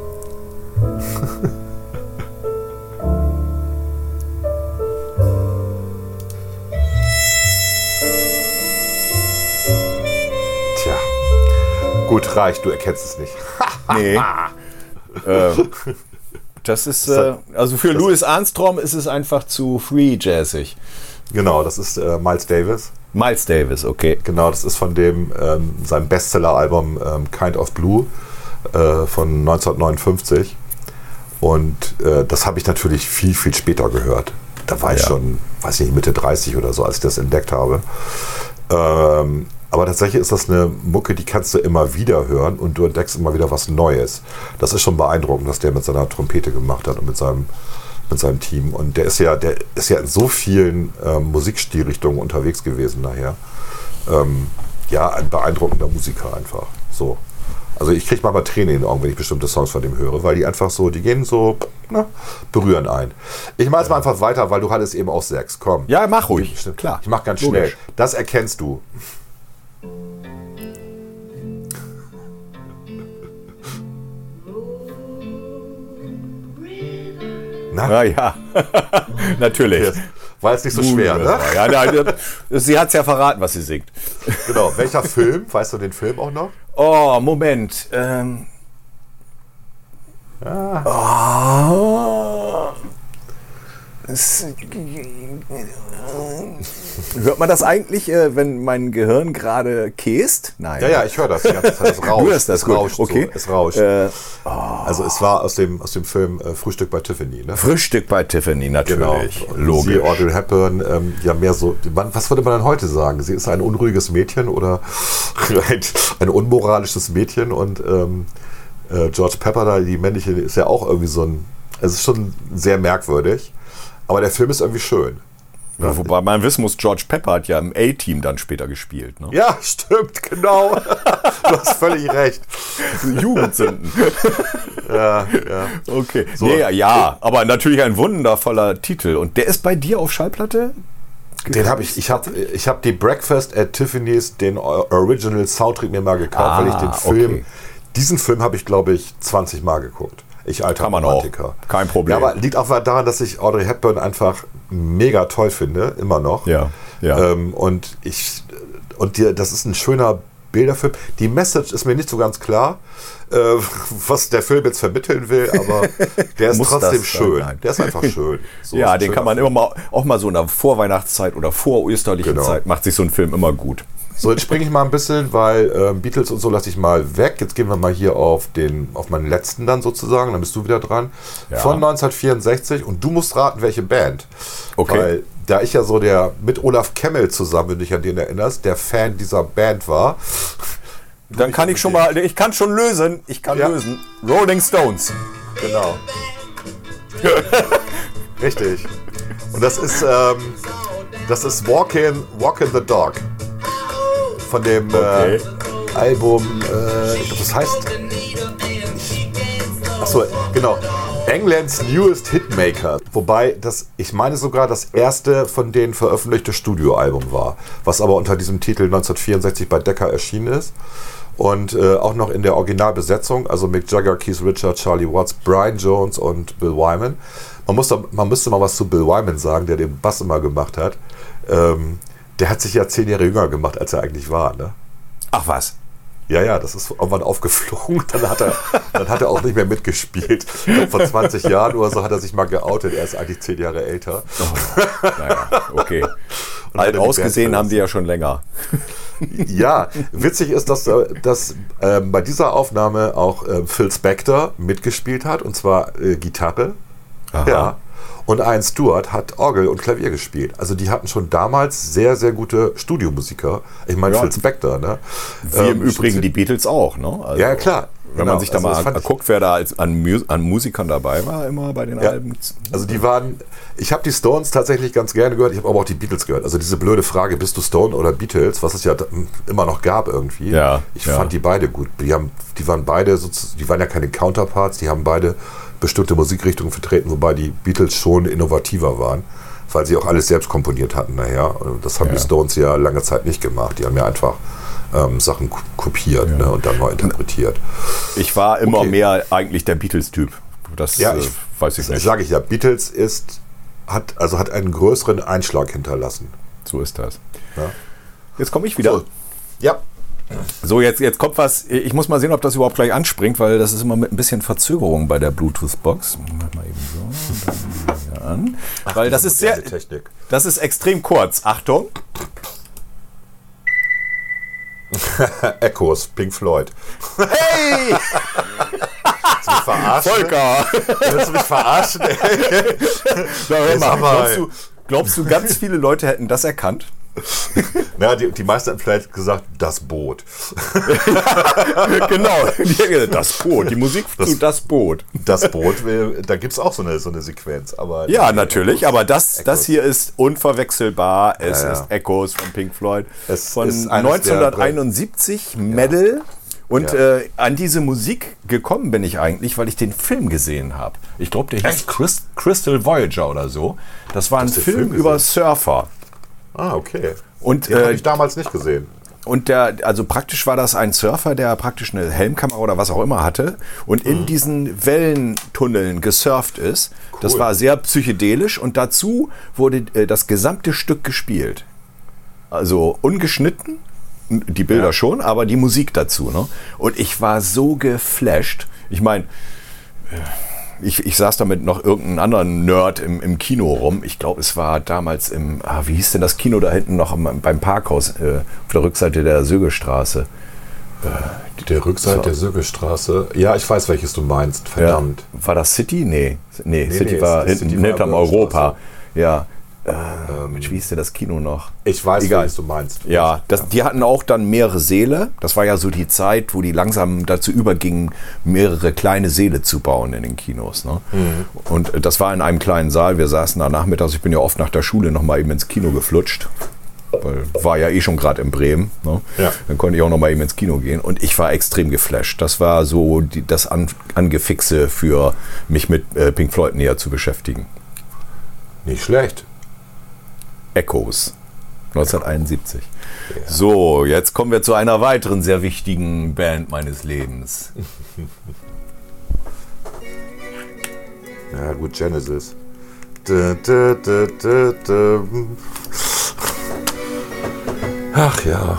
Tja. Gut, reicht, du erkennst es nicht. Nee. Das ist, also für Louis Armstrong ist es einfach zu free jazzig. Genau, das ist Miles Davis. Miles Davis, okay. Genau, das ist von dem seinem Bestseller-Album Kind of Blue von 1959. Und das habe ich natürlich viel, viel später gehört. Da war ich schon, weiß nicht, Mitte 30 oder so, als ich das entdeckt habe. Aber tatsächlich ist das eine Mucke, die kannst du immer wieder hören und du entdeckst immer wieder was Neues. Das ist schon beeindruckend, was der mit seiner Trompete gemacht hat und mit seinem Team. Und der ist ja in so vielen Musikstilrichtungen unterwegs gewesen nachher. Ein beeindruckender Musiker einfach. So. Also ich kriege manchmal Tränen in den Augen, wenn ich bestimmte Songs von dem höre, weil die einfach so, die gehen so, berühren ein. Ich mache jetzt mal einfach weiter, weil du hattest eben auch 6. Komm. Ja, mach ruhig. Klar. Ich mach ganz schnell. Das erkennst du. Na? Ja, natürlich. War jetzt nicht so schwer, ne? Ja, sie hat es ja verraten, was sie singt. Genau. Welcher Film? Weißt du den Film auch noch? Oh, Moment. Hört man das eigentlich, wenn mein Gehirn gerade käst? Nein. Ja, ich höre das die ganze Zeit. Es rauscht. Du hörst das, gut. Rauscht okay. So. Es rauscht. Also es war aus dem Film Frühstück bei Tiffany. Ne? Frühstück bei Tiffany, natürlich. Genau. Logisch. Sie, Audrey Hepburn, ja mehr so, was würde man denn heute sagen? Sie ist ein unruhiges Mädchen oder ein unmoralisches Mädchen und George Pepper, da die männliche, ist ja auch irgendwie so es ist schon sehr merkwürdig. Aber der Film ist irgendwie schön. Ja, wobei man wissen muss, George Pepper hat ja im A-Team dann später gespielt. Ne? Ja, stimmt, genau. Du hast völlig recht. Jugendsünden. Ja. Okay. So. Nee, ja, aber natürlich ein wundervoller Titel. Und der ist bei dir auf Schallplatte? Den habe ich habe die Breakfast at Tiffany's, den Original Soundtrack mir mal gekauft, weil ich den Film, diesen Film habe ich, glaube ich, 20 Mal geguckt. Ich alter Romantiker. Kein Problem. Ja, aber liegt auch daran, dass ich Audrey Hepburn einfach mega toll finde, immer noch. Ja. Das ist ein schöner Bilderfilm. Die Message ist mir nicht so ganz klar, was der Film jetzt vermitteln will, aber der ist trotzdem schön. Der ist einfach schön. So ja, den kann man immer auch mal so in der Vorweihnachtszeit oder vorösterlichen Zeit macht sich so ein Film immer gut. So, jetzt springe ich mal ein bisschen, weil Beatles und so lasse ich mal weg. Jetzt gehen wir mal hier auf meinen letzten dann sozusagen, dann bist du wieder dran. Ja. Von 1964 und du musst raten, welche Band. Okay. Weil da ich ja so mit Olaf Kemmel zusammen, wenn du dich an den erinnerst, der Fan dieser Band war. Dann kann ich kann schon lösen. Ich kann lösen. Rolling Stones. Genau. Richtig. Und das ist Walk in the Dog. Von dem Album, ich glaube, das heißt. Achso, genau. Englands Newest Hitmaker. Wobei ich meine sogar das erste von denen veröffentlichte Studioalbum war. Was aber unter diesem Titel 1964 bei Decca erschienen ist. Und auch noch in der Originalbesetzung, also Mick Jagger, Keith Richards, Charlie Watts, Brian Jones und Bill Wyman. Man müsste mal was zu Bill Wyman sagen, der den Bass immer gemacht hat. Der hat sich ja 10 Jahre jünger gemacht, als er eigentlich war, ne? Ach was? Ja, das ist irgendwann aufgeflogen. Dann hat er auch nicht mehr mitgespielt. Vor 20 Jahren oder so hat er sich mal geoutet. Er ist eigentlich 10 Jahre älter. Naja, okay. Alt ausgesehen haben die ja schon länger. Ja, witzig ist, dass bei dieser Aufnahme auch Phil Spector mitgespielt hat, und zwar Gitarre. Aha. Ja. Und Ian Stewart hat Orgel und Klavier gespielt. Also die hatten schon damals sehr, sehr gute Studiomusiker. Ich meine, Phil Spector, ne? Wie im Übrigen die Beatles auch, ne? Also, ja, klar. Wenn man sich da mal guckt, wer da an Musikern dabei war, immer bei den Alben. Also ich habe die Stones tatsächlich ganz gerne gehört, ich habe aber auch die Beatles gehört. Also diese blöde Frage, bist du Stone oder Beatles, was es ja immer noch gab irgendwie. Ich fand die beide gut. Die waren ja keine Counterparts, die haben beide bestimmte Musikrichtungen vertreten, wobei die Beatles schon innovativer waren, weil sie auch alles selbst komponiert hatten nachher. Das haben die Stones ja lange Zeit nicht gemacht. Die haben ja einfach Sachen kopiert, ne, und dann neu interpretiert. Ich war immer mehr eigentlich der Beatles-Typ. Das weiß ich nicht. Sage ich ja, Beatles hat einen größeren Einschlag hinterlassen. So ist das. Ja. Jetzt komme ich wieder. So. Ja. So, jetzt kommt was. Ich muss mal sehen, ob das überhaupt gleich anspringt, weil das ist immer mit ein bisschen Verzögerung bei der Bluetooth-Box. Mach mal eben so. Und dann wieder an. Weil das ist sehr. Technik. Das ist extrem kurz. Achtung. Echos, Pink Floyd. Hey! Willst du mich verarschen? Volker! Willst du mich verarschen? Na, hör mal, glaubst du, ganz viele Leute hätten das erkannt? Na, die meisten haben vielleicht gesagt, das Boot. Genau, das Boot, die Musik zu Das Boot. Das Boot, da gibt es auch so eine Sequenz. Aber ja, natürlich, aber das hier ist unverwechselbar. Es ist Echos von Pink Floyd von 1971, Metal. Und an diese Musik gekommen bin ich eigentlich, weil ich den Film gesehen habe. Ich glaube, der hieß Crystal Voyager oder so. Das war ein Film über Surfer. Ah, okay. Und den habe ich damals nicht gesehen. Und also praktisch war das ein Surfer, der praktisch eine Helmkamera oder was auch immer hatte und in diesen Wellentunneln gesurft ist. Cool. Das war sehr psychedelisch und dazu wurde das gesamte Stück gespielt. Also ungeschnitten, die Bilder schon, aber die Musik dazu. Ne? Und ich war so geflasht. Ich meine, ich saß da mit noch irgendeinem anderen Nerd im Kino rum. Ich glaube, es war damals wie hieß denn das Kino da hinten noch beim Parkhaus auf der Rückseite der Sögestraße? Der Rückseite der Sögestraße? Ja, ich weiß, welches du meinst. Verdammt. Ja. War das City? Nee, City war hinten hinterm Europa. Ja. Wie hieß denn das Kino noch? Ich weiß, welches du meinst. Ja, die hatten auch dann mehrere Säle. Das war ja so die Zeit, wo die langsam dazu übergingen, mehrere kleine Säle zu bauen in den Kinos. Ne? Mhm. Und das war in einem kleinen Saal. Wir saßen da nachmittags. Ich bin ja oft nach der Schule noch mal eben ins Kino geflutscht. Weil war ja schon gerade in Bremen. Ne? Ja. Dann konnte ich auch noch mal eben ins Kino gehen. Und ich war extrem geflasht. Das war so das Angefixe für mich mit Pink Floyd näher zu beschäftigen. Nicht schlecht. Echos, 1971. Ja. So, jetzt kommen wir zu einer weiteren sehr wichtigen Band meines Lebens. Ja gut, Genesis. Ach ja.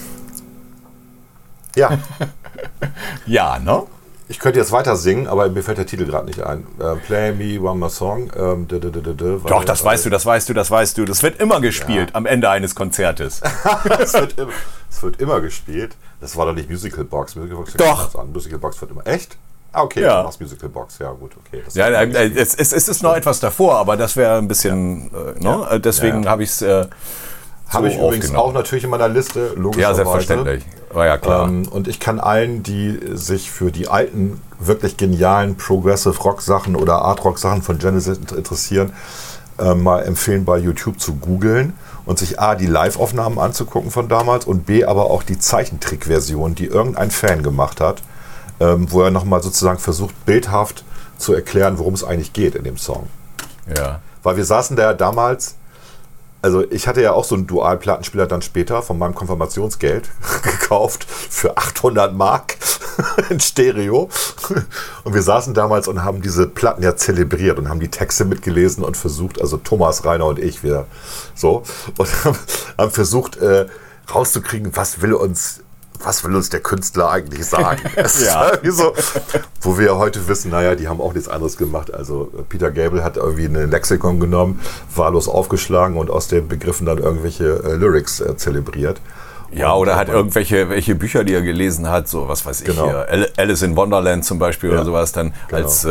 Ja. Ja, ne? Ich könnte jetzt weiter singen, aber mir fällt der Titel gerade nicht ein. Play Me One More Song. Doch, das weißt du. Das wird immer gespielt am Ende eines Konzertes. Es wird immer gespielt. Das war doch nicht Musical Box. Musical Box doch. Musical Box wird immer. Echt? Ah, okay, ja. Du machst Musical Box. Ja, gut, okay. Ja, es ist noch etwas davor, aber das wäre ein bisschen, ne? Deswegen habe ich es habe ich übrigens auch natürlich in meiner Liste, logischerweise. Ja, selbstverständlich. War ja klar. Und ich kann allen, die sich für die alten, wirklich genialen Progressive Rock Sachen oder Art Rock Sachen von Genesis interessieren, mal empfehlen, bei YouTube zu googeln und sich A, die Live-Aufnahmen anzugucken von damals und B, aber auch die Zeichentrick-Version, die irgendein Fan gemacht hat, wo er nochmal sozusagen versucht, bildhaft zu erklären, worum es eigentlich geht in dem Song. Ja. Weil wir saßen da ja damals. Also ich hatte ja auch so einen Dual-Plattenspieler dann später von meinem Konfirmationsgeld gekauft für 800 Mark in Stereo. Und wir saßen damals und haben diese Platten ja zelebriert und haben die Texte mitgelesen und versucht, also Thomas, Rainer und ich, wir so, und haben versucht rauszukriegen, was will uns was will uns der Künstler eigentlich sagen? Es ist Ja. irgendwie so, wo wir heute wissen, naja, die haben auch nichts anderes gemacht. Also Peter Gabriel hat irgendwie ein Lexikon genommen, wahllos aufgeschlagen und aus den Begriffen dann irgendwelche Lyrics zelebriert. Ja, oder hat welche Bücher, die er gelesen hat, so was weiß ich, Genau. hier, Alice in Wonderland zum Beispiel oder sowas, dann als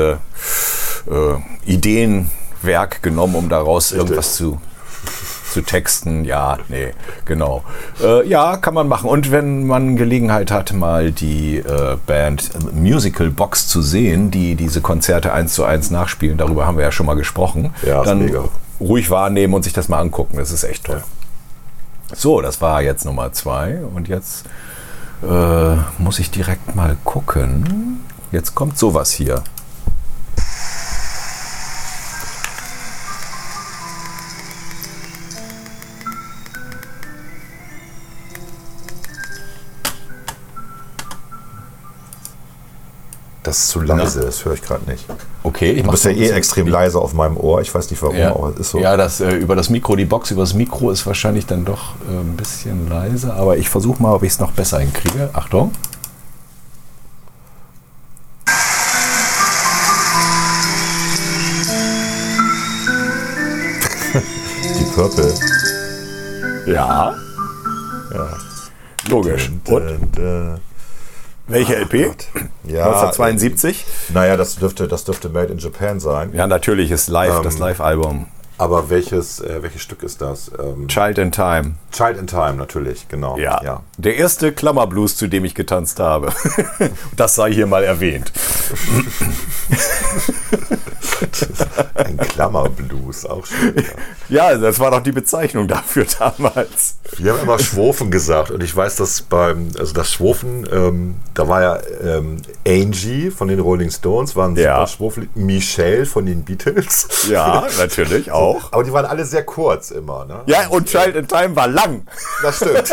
Ideenwerk genommen, um daraus irgendwas zu texten. Ja, nee, genau. Ja, kann man machen. Und wenn man Gelegenheit hat, mal die Band Musical Box zu sehen, die diese Konzerte 1:1 nachspielen, darüber haben wir ja schon mal gesprochen, Ja, ist dann mega. ruhig wahrnehmen und sich das mal angucken. Das ist echt toll. Ja. So, das war jetzt Nummer 2 und jetzt muss ich direkt mal gucken. Jetzt kommt sowas hier. Das ist zu leise, das höre ich gerade nicht. Okay, ich Du bist ja extrem leise auf meinem Ohr. Ich weiß nicht warum, aber es ist so. Ja, das über das Mikro, die Box über das Mikro ist wahrscheinlich dann doch ein bisschen leiser, aber ich versuche mal, ob ich es noch besser hinkriege. Achtung. Die Purple. Ja. Logisch. Und welche LP? Ja, 1972? Naja, das dürfte Made in Japan sein. Ja, natürlich ist live, das Live-Album. Aber welches Stück ist das? Child in Time. Child in Time, natürlich, genau. Ja. Der erste Klammerblues, zu dem ich getanzt habe. Das sei hier mal erwähnt. Ein Klammerblues, auch schön. Ja, das war doch die Bezeichnung dafür damals. Wir haben immer Schwofen gesagt und ich weiß, dass das Schwofen, da war ja Angie von den Rolling Stones, war ein super Schwofen, Michelle von den Beatles. Ja, natürlich auch. Aber die waren alle sehr kurz immer. Ne? Ja, und Child in Time war lang. Das stimmt.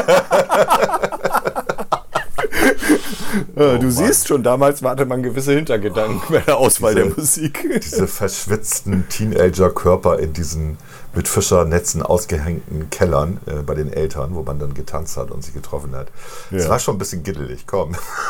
Du siehst schon, damals hatte man gewisse Hintergedanken bei der Auswahl der Musik. Diese verschwitzten Teenager-Körper in diesen mit Fischernetzen ausgehängten Kellern bei den Eltern, wo man dann getanzt hat und sich getroffen hat. Das war schon ein bisschen giddelig, komm.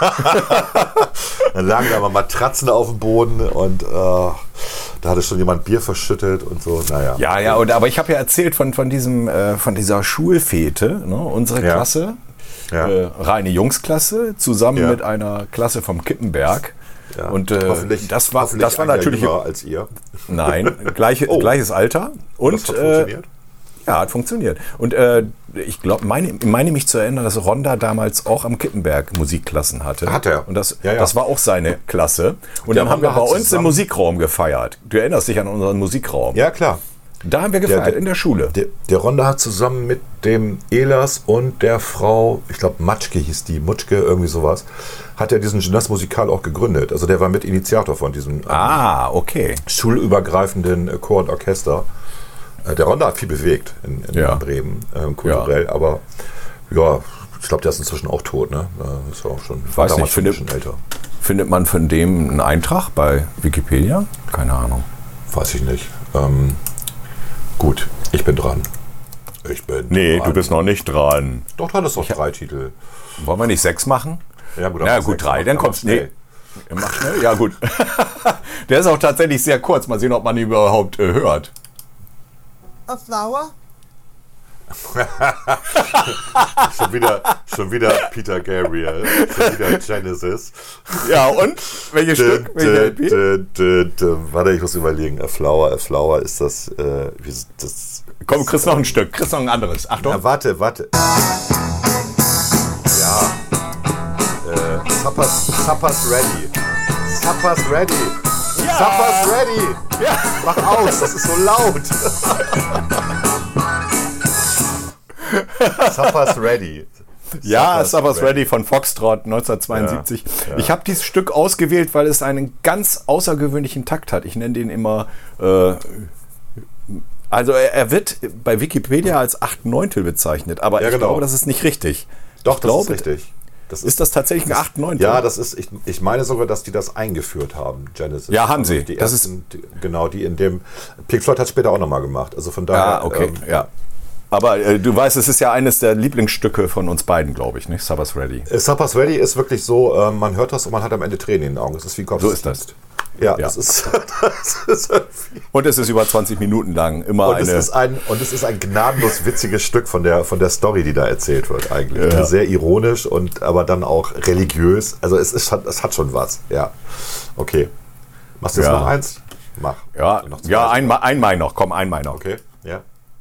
Dann lagen da mal Matratzen auf dem Boden und da hatte schon jemand Bier verschüttet und so. Naja. Ja, aber ich habe ja erzählt von dieser Schulfete, ne? Unsere Klasse. Ja. Reine Jungsklasse zusammen mit einer Klasse vom Kippenberg. Ja. Und das war natürlich jünger als ihr. Nein, gleiches Alter. Und das hat funktioniert? Ja, hat funktioniert. Und ich glaube, meine mich zu erinnern, dass Ronda damals auch am Kippenberg Musikklassen hatte. Hat er. Und das war auch seine Klasse. Und Der dann haben wir bei Ronda hat uns im Musikraum gefeiert. Du erinnerst dich an unseren Musikraum. Ja, klar. Da haben wir gefeiert, in der Schule. Der Ronda hat zusammen mit dem Elas und der Frau, ich glaube Matschke hieß die, Mutschke, irgendwie sowas, hat er diesen Jeunesse Musical auch gegründet. Also der war Mitinitiator von diesem Okay. schulübergreifenden Chor und Orchester. Der Ronda hat viel bewegt in Bremen, kulturell, aber ja, ich glaube, der ist inzwischen auch tot, ne? Ist auch schon, Weiß nicht, schon ein bisschen älter. Findet man von dem einen Eintrag bei Wikipedia? Keine Ahnung. Weiß ich nicht. Gut, ich bin dran. Du bist noch nicht dran. Doch, du hattest doch 3 Titel. Wollen wir nicht 6 machen? Ja, gut, 3, dann kommst du. Nee. Mach schnell. Ja, gut. Der ist auch tatsächlich sehr kurz. Mal sehen, ob man ihn überhaupt hört. A flower? schon wieder Peter Gabriel, schon wieder Genesis. Ja, und? Welches Stück? Warte, ich muss überlegen. A Flower ist das. Komm, kriegst noch ein Stück, kriegst noch ein anderes. Achtung. Ja, warte. Ja. Supper's ready. Supper's ready. Ja. Supper's ready. Ja. Mach aus, das ist so laut. Supper's ready. Ja, Supper's Ready von Foxtrot 1972. Ja. Ich habe dieses Stück ausgewählt, weil es einen ganz außergewöhnlichen Takt hat. Ich nenne den immer, also er wird bei Wikipedia als 8/9 bezeichnet, aber ich glaube, das ist nicht richtig. Doch, das ist richtig. Ist das tatsächlich ein 8/9? Ja, das ist, ich meine sogar, dass die das eingeführt haben, Genesis. Ja, haben sie. Die in dem, Pink Floyd hat es später auch nochmal gemacht. Also von daher. Ja, okay, ja. Aber du weißt, es ist ja eines der Lieblingsstücke von uns beiden, glaube ich, nicht? Supper's Ready. Supper's Ready ist wirklich so, man hört das und man hat am Ende Tränen in den Augen. Es ist wie Gott. So ist das. Ja, das ist und es ist über 20 Minuten lang immer und es ist ein gnadenlos witziges Stück von der Story, die da erzählt wird eigentlich. Ja. Sehr ironisch und aber dann auch religiös. Also es hat schon was. Ja. Okay. Machst du jetzt noch eins? Mach. Ja, einmal noch. Komm, einmal noch. Okay. Ja.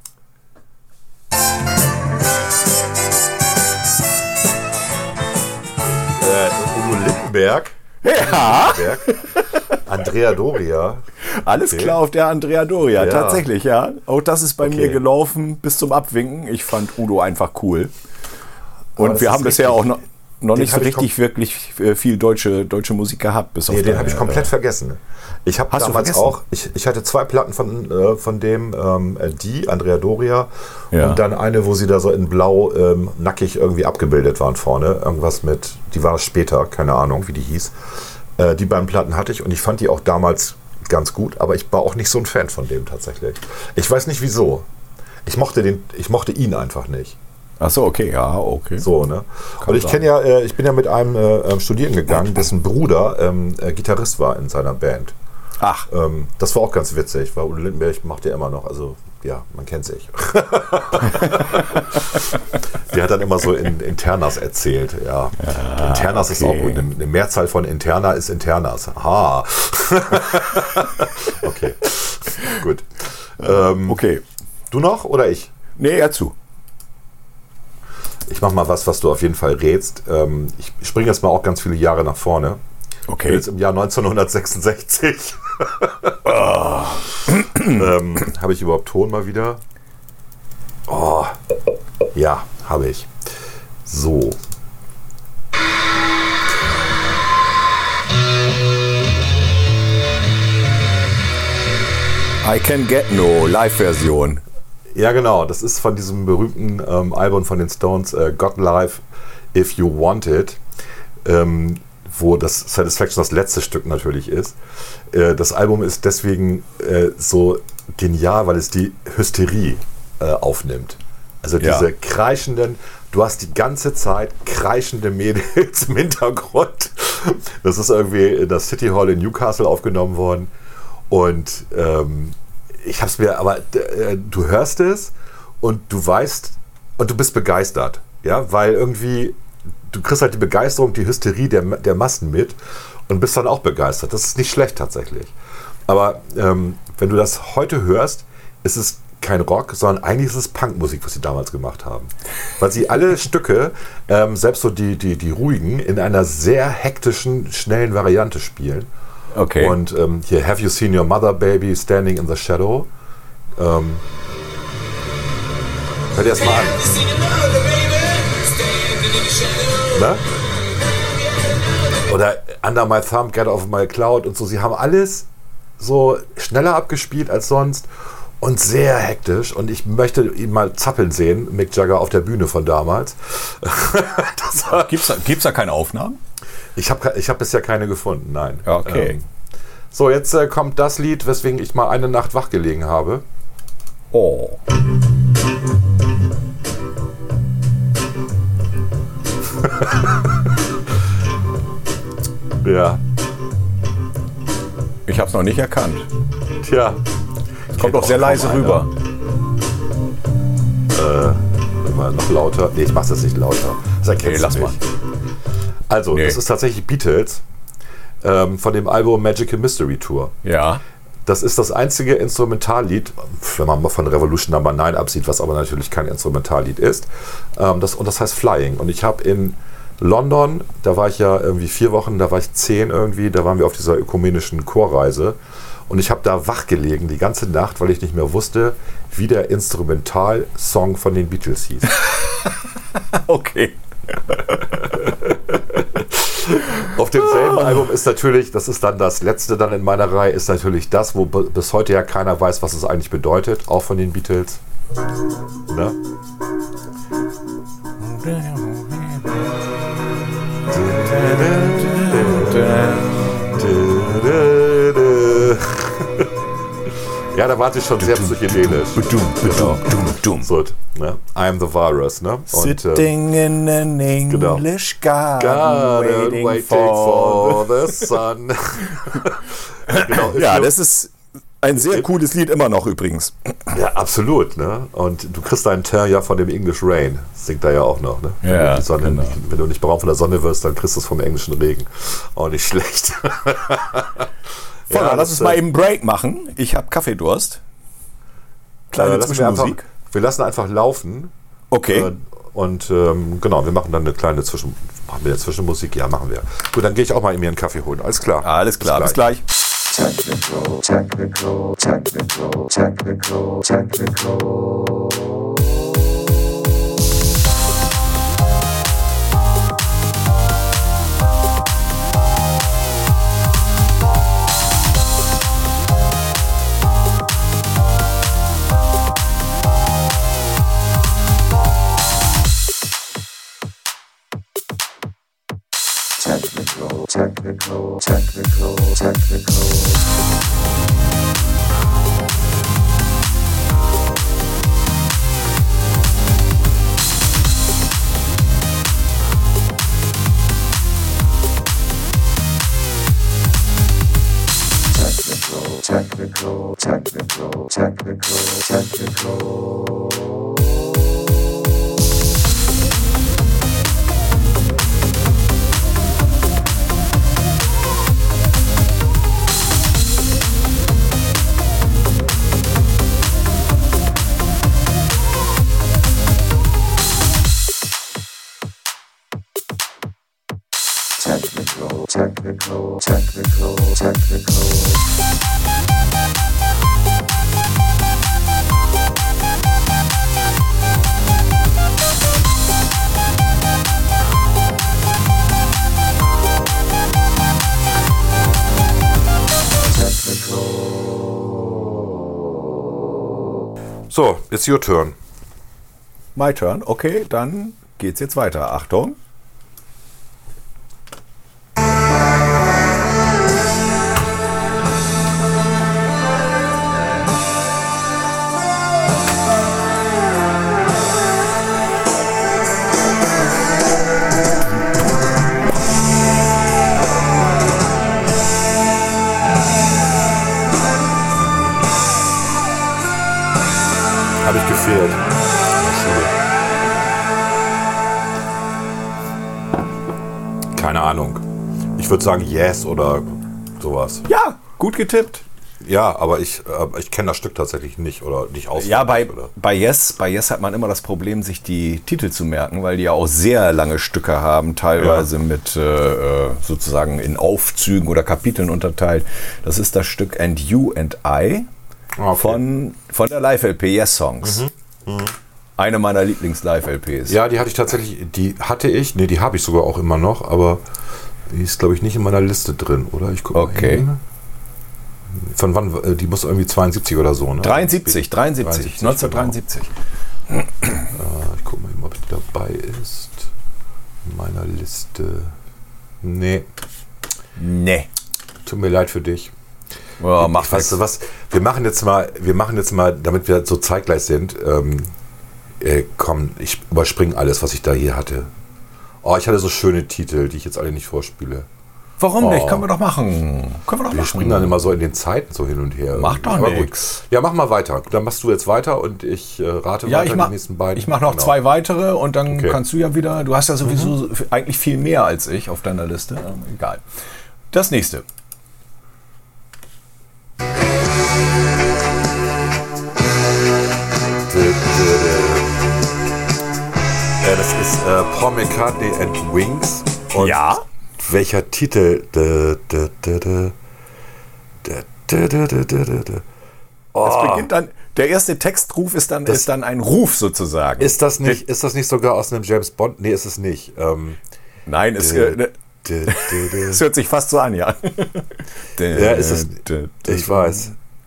Udo Lindenberg. Ja. Andrea Doria. Alles klar auf der Andrea Doria, tatsächlich, ja. Auch das ist bei mir gelaufen bis zum Abwinken. Ich fand Udo einfach cool. Und wir haben bisher auch noch nicht so richtig wirklich viel deutsche Musik gehabt. Bis auf den habe ich komplett vergessen. Ich habe damals auch, ich hatte 2 Platten von dem, die, Andrea Doria, und dann eine, wo sie da so in Blau nackig irgendwie abgebildet waren vorne. Irgendwas mit, die war später, keine Ahnung, wie die hieß. Die beiden Platten hatte ich und ich fand die auch damals ganz gut, aber ich war auch nicht so ein Fan von dem tatsächlich. Ich weiß nicht wieso. Ich mochte ihn einfach nicht. Ach so, okay, ja, okay. So, ne? Und ich bin ja mit einem studieren gegangen, dessen Bruder Gitarrist war in seiner Band. Ach. Das war auch ganz witzig, weil Udo Lindenberg macht ja immer noch, also ja, man kennt sich. Der hat dann immer so in Internas erzählt, ja. Internas ist auch gut. Eine Mehrzahl von Interna ist Internas. Aha. Okay, gut. Okay. Du noch oder ich? Nee, er zu. Ich mach mal was du auf jeden Fall rätst. Ich springe jetzt mal auch ganz viele Jahre nach vorne. Okay. Ich bin jetzt im Jahr 1966. Habe ich überhaupt Ton mal wieder? Oh, ja, habe ich. So. I Can Get No, Live-Version. Ja, genau. Das ist von diesem berühmten Album von den Stones, God Live, If You Want It, wo das Satisfaction das letzte Stück natürlich ist. Das Album ist deswegen so genial, weil es die Hysterie aufnimmt. Also diese kreischenden, du hast die ganze Zeit kreischende Mädels im Hintergrund. Das ist irgendwie in der City Hall in Newcastle aufgenommen worden. Und ich hab's mir, aber du hörst es und du weißt und du bist begeistert, ja, weil irgendwie du kriegst halt die Begeisterung, die Hysterie der Massen mit und bist dann auch begeistert. Das ist nicht schlecht tatsächlich. Aber wenn du das heute hörst, ist es kein Rock, sondern eigentlich ist es Punkmusik, was sie damals gemacht haben. Weil sie alle Stücke, selbst so die ruhigen, in einer sehr hektischen, schnellen Variante spielen. Okay. Und hier, Have You Seen Your Mother, Baby, Standing in the Shadow? Hör dir das mal an. Ne? Oder Under My Thumb, Get Off My Cloud und so. Sie haben alles so schneller abgespielt als sonst und sehr hektisch. Und ich möchte ihn mal zappeln sehen, Mick Jagger auf der Bühne von damals. Gibt's da keine Aufnahmen? Ich hab bisher keine gefunden, nein. Okay. So, jetzt kommt das Lied, weswegen ich mal eine Nacht wach gelegen habe. Oh. Ja. Ich hab's noch nicht erkannt. Tja. Es kommt doch sehr leise rüber. Noch lauter. Nee, ich mach's jetzt nicht lauter. Das erkennst du lass nicht. mal. Also, das ist tatsächlich Beatles von dem Album Magical Mystery Tour. Ja. Das ist das einzige Instrumentallied, wenn man mal von Revolution No. 9 absieht, was aber natürlich kein Instrumentallied ist. Das heißt Flying. Und ich habe in London, da war ich ja irgendwie 4 Wochen, da war ich 10 irgendwie, da waren wir auf dieser ökumenischen Chorreise. Und ich habe da wach gelegen die ganze Nacht, weil ich nicht mehr wusste, wie der Instrumentalsong von den Beatles hieß. Okay. Auf demselben Album ist natürlich, das ist dann das letzte dann in meiner Reihe, ist natürlich das, wo bis heute ja keiner weiß, was es eigentlich bedeutet, auch von den Beatles. Ne? Ja, da war sie schon sehr psychedelisch. So, ne? I'm the Virus, ne? Sitting in an English garden, waiting for the sun. Genau, ja, das ist ein sehr cooles Lied immer noch übrigens. Ja, absolut, ne? Und du kriegst deinen Teint ja von dem English Rain. Das singt er ja auch noch, ne? Ja, wenn du nicht braun von der Sonne wirst, dann kriegst du es vom englischen Regen. Auch nicht schlecht. Lass uns mal eben einen Break machen. Ich habe Kaffeedurst. Kleine Zwischenmusik. Wir lassen einfach laufen. Okay. Genau, wir machen dann eine kleine Zwischenmusik. Ja, machen wir. Gut, dann gehe ich auch mal mir einen Kaffee holen. Alles klar. Alles klar, bis gleich. Technical. So, it's your turn. My turn, okay, dann geht's jetzt weiter. Achtung. Habe ich gefehlt. Keine Ahnung. Ich würde sagen Yes oder sowas. Ja, gut getippt. Ja, aber ich kenne das Stück tatsächlich nicht oder nicht auswendig. Ja, bei Yes hat man immer das Problem, sich die Titel zu merken, weil die ja auch sehr lange Stücke haben, teilweise mit sozusagen in Aufzügen oder Kapiteln unterteilt. Das ist das Stück And You and I von der Live-LP Yes Songs. Eine meiner Lieblings-Live-LPs. Ja, die hatte ich tatsächlich, die habe ich sogar auch immer noch, aber die ist, glaube ich, nicht in meiner Liste drin, oder? Ich gucke mal hin. Von wann? Die muss irgendwie 72 oder so, ne? 1973. Ich gucke mal, ob die dabei ist. In meiner Liste. Nee. Tut mir leid für dich. Ja, weißt du was? Wir machen jetzt mal, damit wir so zeitgleich sind. Komm, ich überspringe alles, was ich da hier hatte. Oh, ich hatte so schöne Titel, die ich jetzt alle nicht vorspiele. Warum nicht? Können wir doch machen. Wir springen dann immer so in den Zeiten so hin und her. Macht doch nichts. Ja, mach mal weiter. Dann machst du jetzt weiter und ich rate weiter die nächsten beiden. Ich mache noch zwei weitere und dann kannst du ja wieder, du hast ja sowieso eigentlich viel mehr als ich auf deiner Liste. Egal. Das nächste. Das ist Paul McCartney and Wings. Und ja? Welcher Titel? Oh. Es beginnt dann, der erste Textruf ist dann ein Ruf sozusagen. Ist das nicht sogar aus einem James Bond? Nee, ist es nicht. Nein, es hört sich fast so an, ja. Ja, ist es. Ich weiß.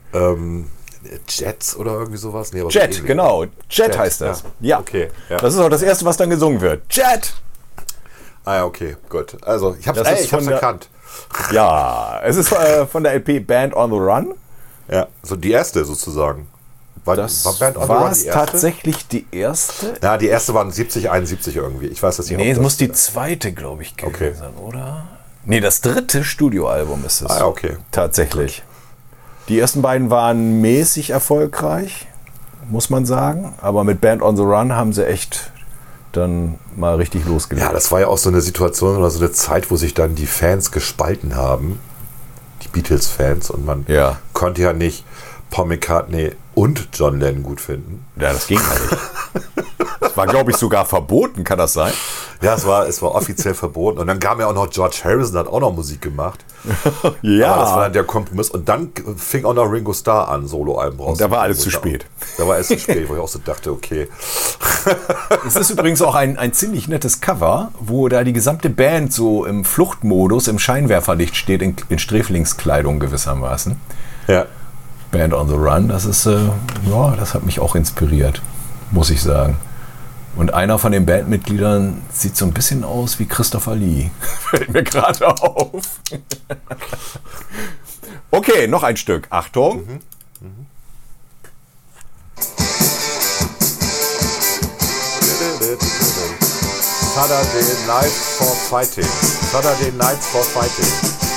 Jets oder irgendwie sowas? Nee, Jet, genau. Jet heißt das. Ja. Okay. Ja. Das ist auch das Erste, was dann gesungen wird. Jet! Ah ja, okay, gut. Also, ich hab's erkannt. Ja, es ist von der LP Band on the Run. Ja, so die erste sozusagen. War Band on the Run die erste? Tatsächlich die erste? Ja, die erste waren 70, 71 irgendwie. Ich weiß das nicht. Nee, es muss die zweite, glaube ich, gewesen sein, oder? Nee, das dritte Studioalbum ist es. Ah, okay. Tatsächlich. Die ersten beiden waren mäßig erfolgreich, muss man sagen. Aber mit Band on the Run haben sie echt dann mal richtig losgelegt. Ja, das war ja auch so eine Situation oder so eine Zeit, wo sich dann die Fans gespalten haben. Die Beatles-Fans. Und man konnte ja nicht Paul McCartney und John Lennon gut finden. Ja, das ging ja nicht. Das war, glaube ich, sogar verboten, kann das sein? Ja, es war offiziell verboten. Und dann kam ja auch noch George Harrison, hat auch noch Musik gemacht. Ja. Aber das war dann der Kompromiss. Und dann fing auch noch Ringo Starr an, Soloalben raus. Da war alles zu spät. Da war alles zu spät, wo ich auch so dachte, okay. Es ist übrigens auch ein ziemlich nettes Cover, wo da die gesamte Band so im Fluchtmodus, im Scheinwerferlicht steht, in Sträflingskleidung gewissermaßen. Ja. Band on the Run, das ist, das hat mich auch inspiriert, muss ich sagen. Und einer von den Bandmitgliedern sieht so ein bisschen aus wie Christopher Lee. Fällt mir gerade auf. Okay, noch ein Stück. Achtung. Saturday Nights for Fighting. Saturday Nights for Fighting.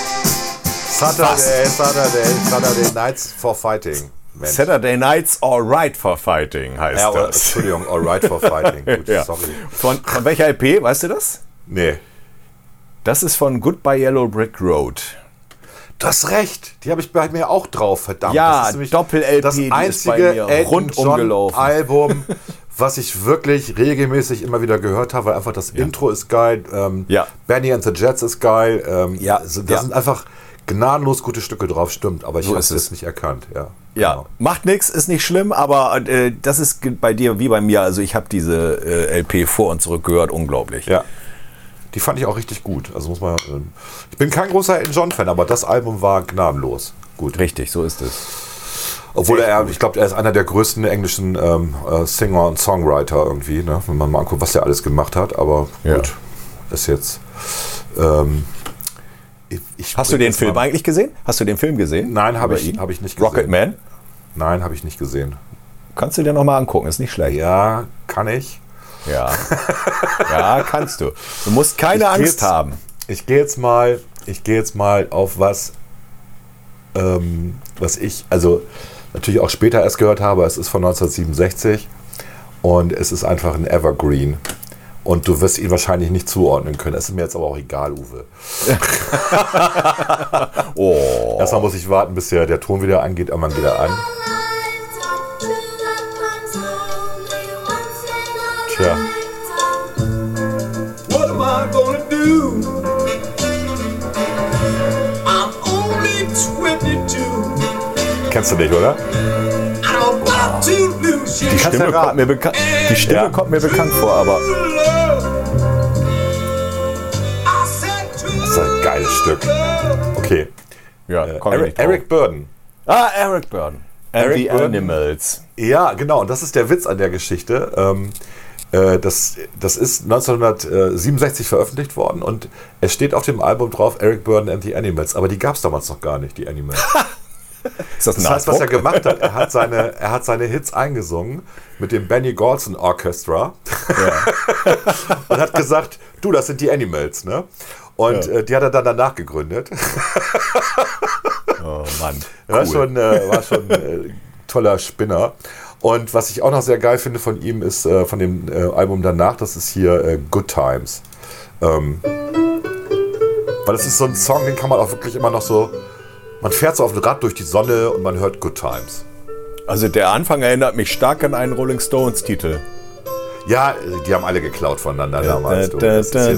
Saturday Nights for Fighting. Mensch. Saturday Nights Alright for Fighting heißt das. Entschuldigung, Alright for Fighting. Gut, ja. Sorry. Von welcher LP, weißt du das? Nee. Das ist von Goodbye Yellow Brick Road. Du hast recht, die habe ich bei mir auch drauf, verdammt. Ja, Doppel-LP, das einzige Elton-John-Album, was ich wirklich regelmäßig immer wieder gehört habe, weil einfach das Intro ist geil, Benny and the Jets ist geil, da sind einfach gnadenlos gute Stücke drauf, stimmt, aber ich habe es jetzt nicht erkannt. Ja, genau. Macht nichts, ist nicht schlimm, aber das ist bei dir wie bei mir, also ich habe diese LP vor und zurück gehört, unglaublich. Ja. Die fand ich auch richtig gut. Also muss man. Ich bin kein großer Elton John-Fan, aber das Album war gnadenlos gut. Richtig, so ist es. Obwohl ich glaube, er ist einer der größten englischen Singer und Songwriter irgendwie, ne? Wenn man mal anguckt, was der alles gemacht hat. Aber gut, ist jetzt. Hast du den Film eigentlich gesehen? Hast du den Film gesehen? Nein, habe ich nicht gesehen. Rocketman? Nein, habe ich nicht gesehen. Kannst du dir nochmal angucken, ist nicht schlecht. Ja, kann ich. Ja. Ja, kannst du. Du musst keine Angst haben. Ich gehe jetzt mal auf was ich also natürlich auch später erst gehört habe. Es ist von 1967 und es ist einfach ein Evergreen. Und du wirst ihn wahrscheinlich nicht zuordnen können. Es ist mir jetzt aber auch egal, Uwe. Erstmal muss ich warten, bis der Ton wieder angeht. Irgendwann geht er an. Tja. What am I gonna do? I'm only 22. Kennst du nicht, oder? I'm about to lose you. Die Stimme kommt mir bekannt vor, aber das ist ein geiles Stück. Okay. Ja, Eric Burdon. Eric Burdon. And the Animals. Ja, genau. Und das ist der Witz an der Geschichte. Das ist 1967 veröffentlicht worden und es steht auf dem Album drauf Eric Burdon and the Animals. Aber die gab es damals noch gar nicht, die Animals. Das heißt, was er gemacht hat, er hat seine Hits eingesungen mit dem Benny Golson Orchestra und hat gesagt, du, das sind die Animals, ne? Und die hat er dann danach gegründet. Oh Mann, cool. War schon toller Spinner. Und was ich auch noch sehr geil finde von ihm ist, von dem Album danach, das ist hier Good Times. Weil das ist so ein Song, den kann man auch wirklich immer noch so, man fährt so auf dem Rad durch die Sonne und man hört Good Times. Also der Anfang erinnert mich stark an einen Rolling Stones Titel. Ja, die haben alle geklaut voneinander damals. Good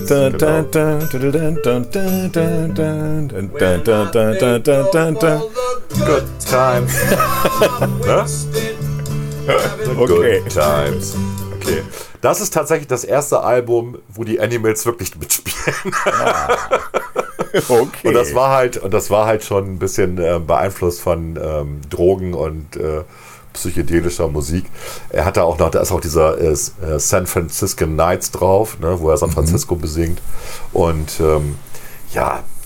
Times. Ne? Okay. Good Times. Okay. Das ist tatsächlich das erste Album, wo die Animals wirklich mitspielen. Okay. Und das war halt schon ein bisschen beeinflusst von Drogen und psychedelischer Musik. Er hat da ist auch dieser San Francisco Nights drauf, ne, wo er San Francisco besingt. Und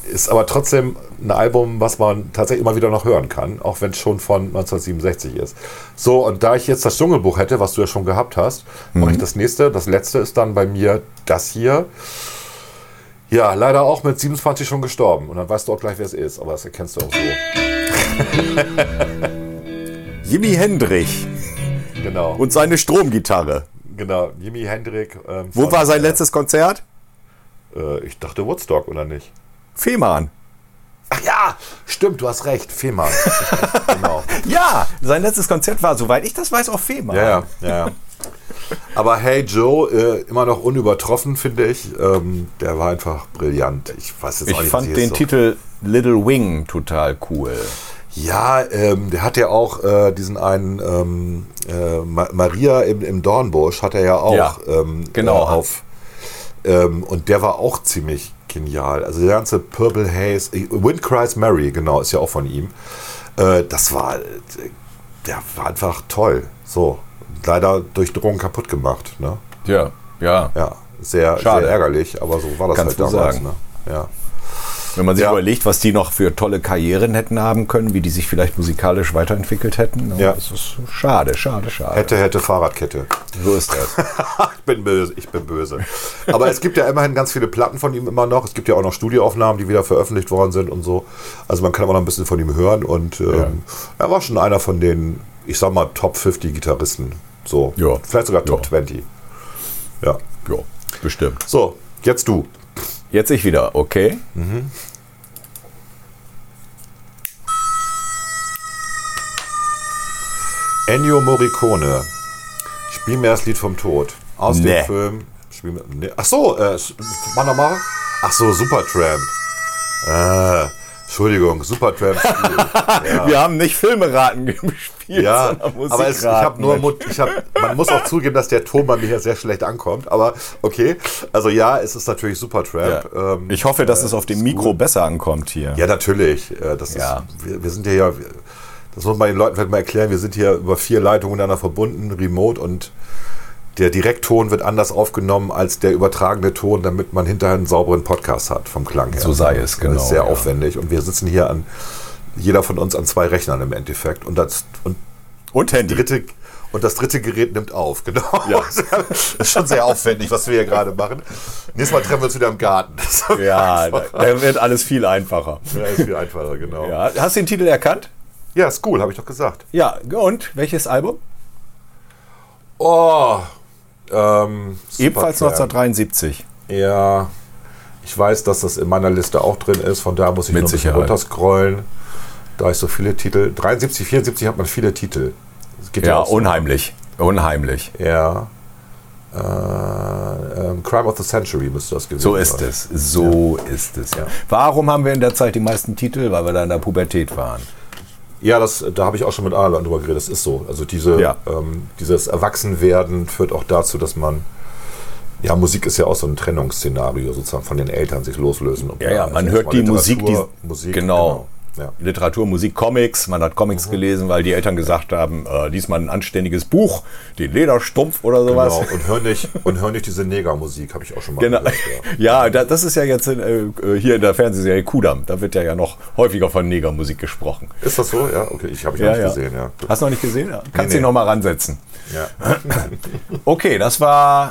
ist aber trotzdem ein Album, was man tatsächlich immer wieder noch hören kann, auch wenn es schon von 1967 ist. So, und da ich jetzt das Dschungelbuch hätte, was du ja schon gehabt hast, mache ich das nächste. Das letzte ist dann bei mir das hier. Ja, leider auch mit 27 schon gestorben. Und dann weißt du auch gleich, wer es ist, aber das erkennst du auch so. Jimi Hendrix. Genau. Und seine Stromgitarre. Genau, Jimi Hendrix. Wo war sein letztes Konzert? Ich dachte Woodstock, oder nicht? Fehmarn. Ach ja, stimmt, du hast recht, Fehmarn. Genau. Ja, sein letztes Konzert war, soweit ich das weiß, auf Fehmarn. Ja. Aber Hey Joe, immer noch unübertroffen, finde ich. Der war einfach brillant. Ich weiß jetzt auch nicht, ich fand den Titel Little Wing total cool. Ja, der hat ja auch diesen einen Maria im Dornbusch hat er ja auch. Ja, genau. Und der war auch ziemlich genial. Also der ganze Purple Haze, Wind Cries Mary, genau, ist ja auch von ihm. Der war einfach toll. So, leider durch Drogen kaputt gemacht. Ne? Ja. Sehr ärgerlich, aber so war das Kannst halt damals. Sagen. Ne? Ja. Wenn man sich überlegt, was die noch für tolle Karrieren hätten haben können, wie die sich vielleicht musikalisch weiterentwickelt hätten. Ja. Das ist schade. Hätte, Fahrradkette. So ist das. Ich bin böse. Aber es gibt ja immerhin ganz viele Platten von ihm immer noch. Es gibt ja auch noch Studioaufnahmen, die wieder veröffentlicht worden sind und so. Also man kann immer noch ein bisschen von ihm hören. Und er war schon einer von den, ich sag mal, Top 50 Gitarristen. So. Ja. Vielleicht sogar Top 20. Ja. Ja, bestimmt. So, jetzt du. Jetzt ich wieder, okay. Ennio Morricone. Spiel mir das Lied vom Tod. Aus dem Film. Ach so, mach nochmal. Ach so, Supertramp. Entschuldigung, Supertramp. Ja. Wir haben nicht Filmeraten gespielt, sondern Musikraten. Aber man muss auch zugeben, dass der Ton bei mir hier sehr schlecht ankommt. Aber okay, also ja, es ist natürlich Supertramp. Ja. Ich hoffe, dass es auf dem Mikro besser ankommt hier. Ja, natürlich. Wir sind hier das muss man den Leuten vielleicht mal erklären, wir sind hier über 4 Leitungen miteinander verbunden, remote, und der Direktton wird anders aufgenommen als der übertragene Ton, damit man hinterher einen sauberen Podcast hat, vom Klang her. So sei es, genau. Das ist sehr aufwendig, und wir sitzen hier jeder von uns an 2 Rechnern im Endeffekt. Und Handy. Und das dritte Gerät nimmt auf, genau. Ja. Das ist schon sehr aufwendig, was wir hier gerade machen. Nächstes Mal treffen wir uns wieder im Garten. Ja, da wird alles viel einfacher. Ja, ist viel einfacher, genau. Ja. Hast du den Titel erkannt? Ja, School, habe ich doch gesagt. Ja, und? Welches Album? Ebenfalls 1973. Ja, ich weiß, dass das in meiner Liste auch drin ist, von da muss ich noch ein bisschen runterscrollen, da ich so viele Titel, 73, 74 hat man viele Titel. Das geht ja, auch so. Unheimlich. Ja. Crime of the Century müsste das gewesen sein. So ist es. Ja. Warum haben wir in der Zeit die meisten Titel? Weil wir da in der Pubertät waren. Ja, da habe ich auch schon mit Alan drüber geredet, das ist so. Also dieses Erwachsenwerden führt auch dazu, dass man, Musik ist ja auch so ein Trennungsszenario, sozusagen von den Eltern sich loslösen. Man hört die Musik, genau. Ja. Literatur, Musik, Comics. Man hat Comics gelesen, weil die Eltern gesagt haben, diesmal ein anständiges Buch, den Lederstumpf oder sowas. Genau, und hör nicht diese Negermusik, habe ich auch schon mal gehört. Ja, das ist ja jetzt hier in der Fernsehserie Kudam. Da wird ja noch häufiger von Negermusik gesprochen. Ist das so? Ja, okay, habe ich noch nicht gesehen. Ja. Hast du noch nicht gesehen? Ja. Kannst dich noch mal ransetzen. Ja. Okay, das war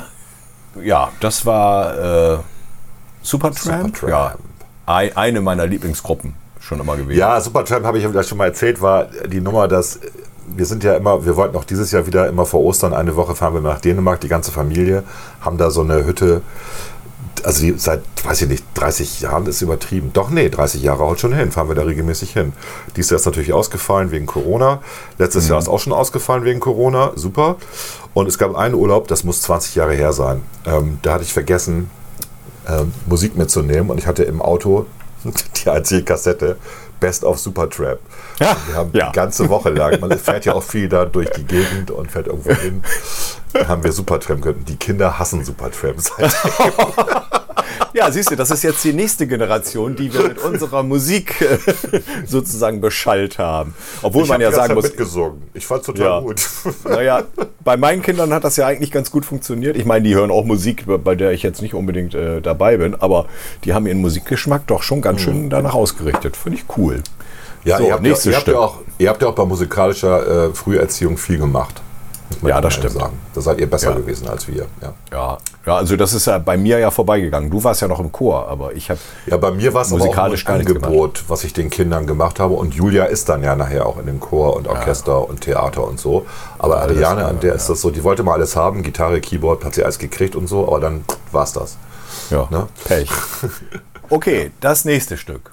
Supertramp. Ja, eine meiner Lieblingsgruppen. Schon immer gewesen. Ja, Supertramp, habe ich ja schon mal erzählt, war die Nummer, dass wir wollten auch dieses Jahr wieder immer vor Ostern eine Woche fahren wir nach Dänemark, die ganze Familie, haben da so eine Hütte, also die seit, weiß ich nicht, 30 Jahren ist übertrieben. Doch, 30 Jahre haut schon hin, fahren wir da regelmäßig hin. Dieses Jahr ist natürlich ausgefallen wegen Corona. Letztes Jahr ist auch schon ausgefallen wegen Corona, super. Und es gab einen Urlaub, das muss 20 Jahre her sein. Da hatte ich vergessen, Musik mitzunehmen, und ich hatte im Auto die einzige Kassette Best of Supertramp. Ja. Wir haben die ganze Woche lang, man fährt ja auch viel da durch die Gegend und fährt irgendwo hin, haben wir Supertramp gehört. Die Kinder hassen Supertramp seitdem. Ja, siehst du, das ist jetzt die nächste Generation, die wir mit unserer Musik sozusagen beschallt haben. Obwohl man ja sagen muss... mitgesungen. Ich fand's total gut. Naja, bei meinen Kindern hat das ja eigentlich ganz gut funktioniert. Ich meine, die hören auch Musik, bei der ich jetzt nicht unbedingt dabei bin, aber die haben ihren Musikgeschmack doch schon ganz schön danach ausgerichtet. Finde ich cool. Ja, so, ihr habt ja auch bei musikalischer Früherziehung viel gemacht. Ja, das stimmt. Sagen. Da seid ihr besser gewesen als wir. Ja, also das ist ja bei mir ja vorbeigegangen. Du warst ja noch im Chor, aber ich habe bei mir war es aber auch ein Angebot, was ich den Kindern gemacht habe. Und Julia ist dann ja nachher auch in dem Chor und Orchester und Theater und so. Aber Ariane, an der ist das so, die wollte mal alles haben. Gitarre, Keyboard, hat sie alles gekriegt und so. Aber dann war es das. Ja, ne? Pech. Okay, das nächste Stück.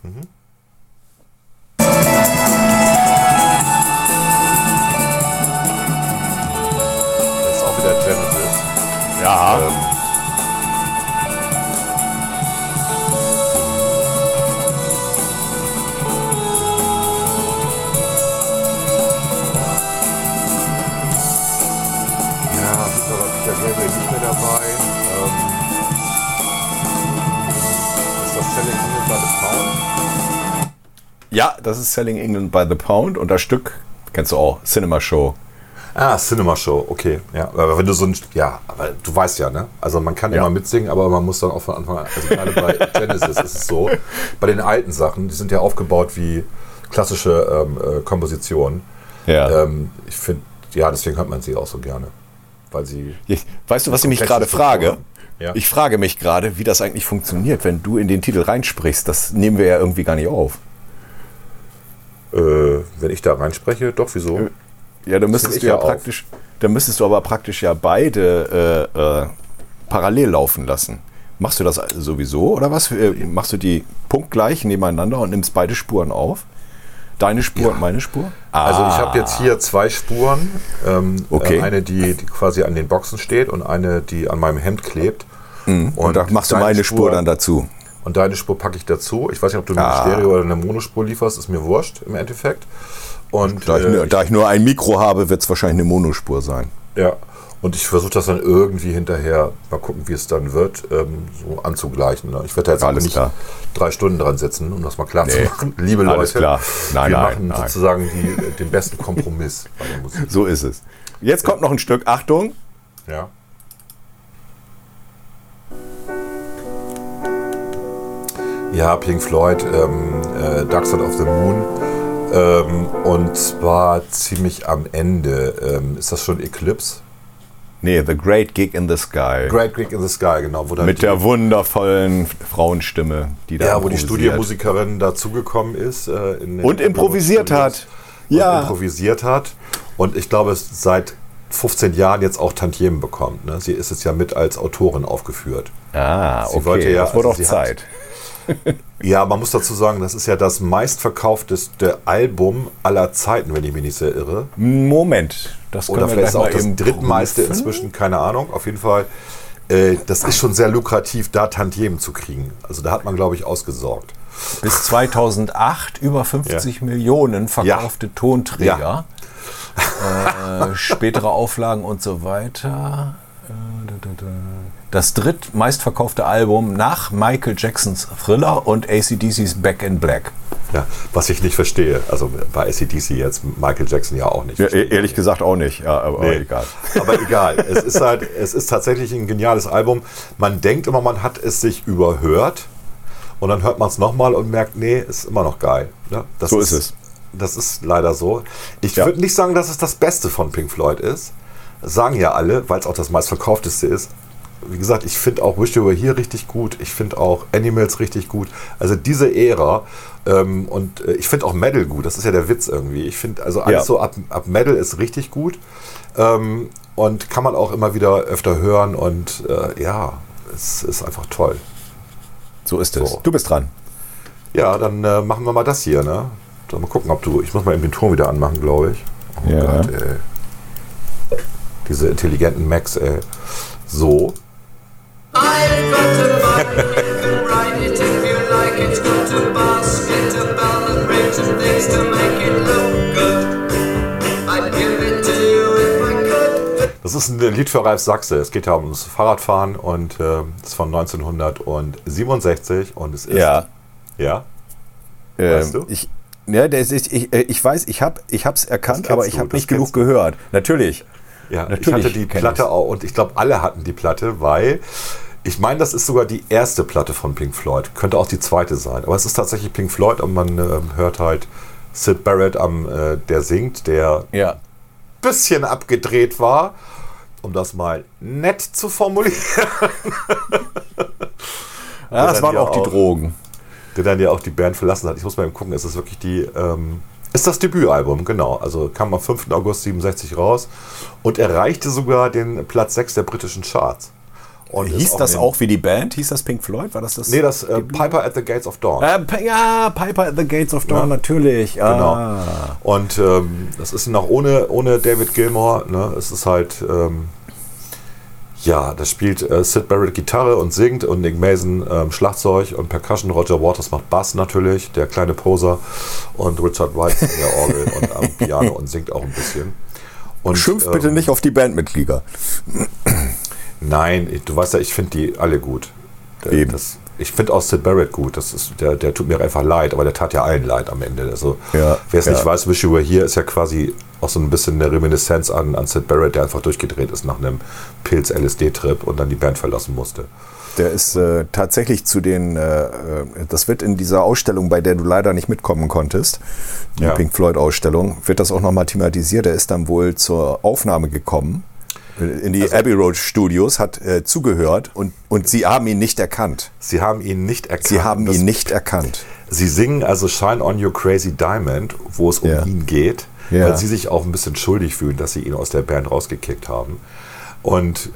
Ja. Peter Gabriel nicht mehr dabei. Ist das Selling England by the Pound? Ja, das ist Selling England by the Pound und das Stück kennst du auch, Cinema Show. Cinema Show, okay. Ja, aber wenn du aber du weißt ja, ne? Also man kann immer mitsingen, aber man muss dann auch von Anfang an, also gerade bei Genesis ist es so, bei den alten Sachen, die sind ja aufgebaut wie klassische Kompositionen. Ja. Ich finde, deswegen hört man sie auch so gerne. Weil sie. Weißt du, was ich mich gerade frage? Ja. Ich frage mich gerade, wie das eigentlich funktioniert, wenn du in den Titel reinsprichst. Das nehmen wir ja irgendwie gar nicht auf. Wenn ich da reinspreche, doch, wieso? Ja, dann müsstest du aber praktisch ja beide parallel laufen lassen. Machst du das sowieso oder was? Machst du die punktgleich nebeneinander und nimmst beide Spuren auf? Deine Spur und meine Spur? Also ich habe jetzt hier 2 Spuren. Okay. Eine, die quasi an den Boxen steht und eine, die an meinem Hemd klebt. Und da machst du meine Spur dann dazu. Und deine Spur packe ich dazu. Ich weiß nicht, ob du eine Stereo- oder eine Monospur lieferst, ist mir wurscht im Endeffekt. Und da ich nur ein Mikro habe, wird es wahrscheinlich eine Monospur sein. Ja, und ich versuche das dann irgendwie hinterher, mal gucken, wie es dann wird, so anzugleichen. Ich werde da jetzt auch nicht 3 Stunden dran sitzen, um das mal klar zu machen. Liebe Leute, alles klar. Wir machen sozusagen den besten Kompromiss bei der Musik. So ist es. Jetzt kommt noch ein Stück, Achtung. Ja. Ja, Pink Floyd, Dark Side of the Moon. Und zwar ziemlich am Ende. Ist das schon Eclipse? Nee, The Great Gig in the Sky. Great Gig in the Sky, genau. Wo dann mit der wundervollen Frauenstimme, die da wo die Studiomusikerin dazugekommen ist. Und improvisiert hat. Ja. Improvisiert hat. Und ich glaube, es seit 15 Jahren jetzt auch Tantiemen bekommt. Ne? Sie ist jetzt ja mit als Autorin aufgeführt. Okay, das wurde auch Zeit. Ja, man muss dazu sagen, das ist ja das meistverkaufteste Album aller Zeiten, wenn ich mich nicht sehr irre. Moment, das können oder wir vielleicht gleich auch das drittmeiste inzwischen, keine Ahnung. Auf jeden Fall, das ist schon sehr lukrativ, da Tantiemen zu kriegen. Also da hat man, glaube ich, ausgesorgt. Bis 2008 über 50 Millionen verkaufte Tonträger, spätere Auflagen und so weiter. Das drittmeistverkaufte Album nach Michael Jacksons Thriller und AC/DC's Back in Black. Ja, was ich nicht verstehe. Also bei AC/DC jetzt, Michael Jackson ja auch nicht. Ja, ehrlich gesagt auch nicht, aber egal. Aber egal. Es ist tatsächlich ein geniales Album. Man denkt immer, man hat es sich überhört und dann hört man es nochmal und merkt, nee, ist immer noch geil. Ja, so ist es. Das ist leider so. Ich würde nicht sagen, dass es das Beste von Pink Floyd ist. Das sagen ja alle, weil es auch das meistverkaufteste ist. Wie gesagt, ich finde auch Wish You Were Here richtig gut. Ich finde auch Animals richtig gut. Also diese Ära. Und ich finde auch Metal gut. Das ist ja der Witz irgendwie. Ich finde also alles so ab Metal ist richtig gut. Und kann man auch immer wieder öfter hören. Und es ist einfach toll. So ist es. Du bist dran. Ja, dann machen wir mal das hier. Ne? Mal gucken, ich muss mal eben den Ton wieder anmachen, glaube ich. Oh Gott, ey. Diese intelligenten Macs, ey. So. Das Das ist ein Lied für Ralf Sachse. Es geht ja ums Fahrradfahren und das ist von 1967 und es ist... Ja. Ja? Weißt du? Ich weiß, ich hab's erkannt, aber ich habe nicht genug gehört. Natürlich. Ja, natürlich. Ich hatte die Platte auch und ich glaube, alle hatten die Platte, weil ich meine, das ist sogar die erste Platte von Pink Floyd. Könnte auch die zweite sein. Aber es ist tatsächlich Pink Floyd und man hört halt Syd Barrett, der singt, der bisschen abgedreht war, um das mal nett zu formulieren. Das waren auch die Drogen. Der dann ja auch die Band verlassen hat. Ich muss mal eben gucken, ist das wirklich ist das Debütalbum, genau. Also kam am 5. August 67 raus und erreichte sogar den Platz 6 der britischen Charts. Und hieß das auch wie die Band? Hieß das Pink Floyd? War das? Nee, das Piper at the Gates of Dawn. Piper at the Gates of Dawn, natürlich. Genau. Und das ist noch ohne David Gilmour. Ne? Es ist halt, da spielt Syd Barrett Gitarre und singt und Nick Mason Schlagzeug und Percussion. Roger Waters macht Bass natürlich, der kleine Poser. Und Richard Wright an der Orgel und am Piano und singt auch ein bisschen. Und, schimpft bitte nicht auf die Bandmitglieder. Nein, du weißt ja, ich finde die alle gut. Ich finde auch Syd Barrett gut. Der tut mir einfach leid, aber der tat ja allen leid am Ende. Also, wer es nicht weiß, Wish You Were Here ist ja quasi auch so ein bisschen eine Reminiszenz an Syd Barrett, der einfach durchgedreht ist nach einem Pilz-LSD-Trip und dann die Band verlassen musste. Der ist tatsächlich zu den, das wird in dieser Ausstellung, bei der du leider nicht mitkommen konntest, die Pink Floyd-Ausstellung, wird das auch nochmal thematisiert. Der ist dann wohl zur Aufnahme gekommen. In die Abbey Road Studios, hat zugehört und sie haben ihn nicht erkannt. Sie haben ihn nicht erkannt. Sie singen also Shine on Your Crazy Diamond, wo es um ihn geht, weil sie sich auch ein bisschen schuldig fühlen, dass sie ihn aus der Band rausgekickt haben. Und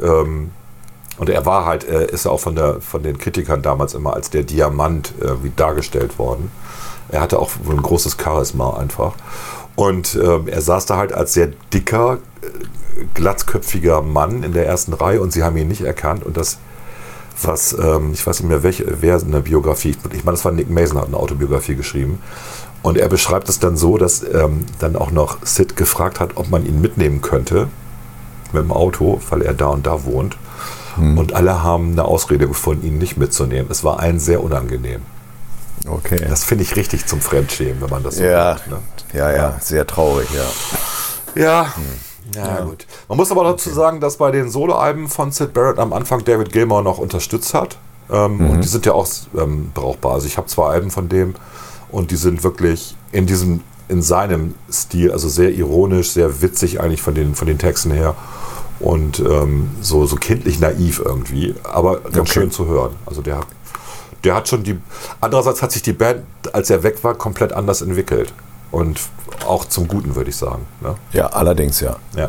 er war halt, ist ja auch von den Kritikern damals immer als der Diamant wie dargestellt worden. Er hatte auch ein großes Charisma einfach. Und er saß da halt als sehr dicker, glatzköpfiger Mann in der ersten Reihe und sie haben ihn nicht erkannt. Und das, ich weiß nicht mehr, wer in der Biografie, ich meine, das war Nick Mason, hat eine Autobiografie geschrieben. Und er beschreibt es dann so, dass dann auch noch Syd gefragt hat, ob man ihn mitnehmen könnte mit dem Auto, weil er da und da wohnt. Und alle haben eine Ausrede gefunden, ihn nicht mitzunehmen. Es war allen sehr unangenehm. Okay. Das finde ich richtig zum Fremdschämen, wenn man das so macht. Ne? Ja, sehr traurig, Ja, gut. Man muss aber dazu sagen, dass bei den Soloalben von Syd Barrett am Anfang David Gilmour noch unterstützt hat. Und die sind ja auch brauchbar. Also ich habe 2 Alben von dem und die sind wirklich in seinem Stil, also sehr ironisch, sehr witzig eigentlich von den Texten her und so kindlich naiv irgendwie, aber ganz schön zu hören. Also der hat schon andererseits hat sich die Band, als er weg war, komplett anders entwickelt. Und auch zum Guten, würde ich sagen. Ne? Ja, allerdings, ja. Ja.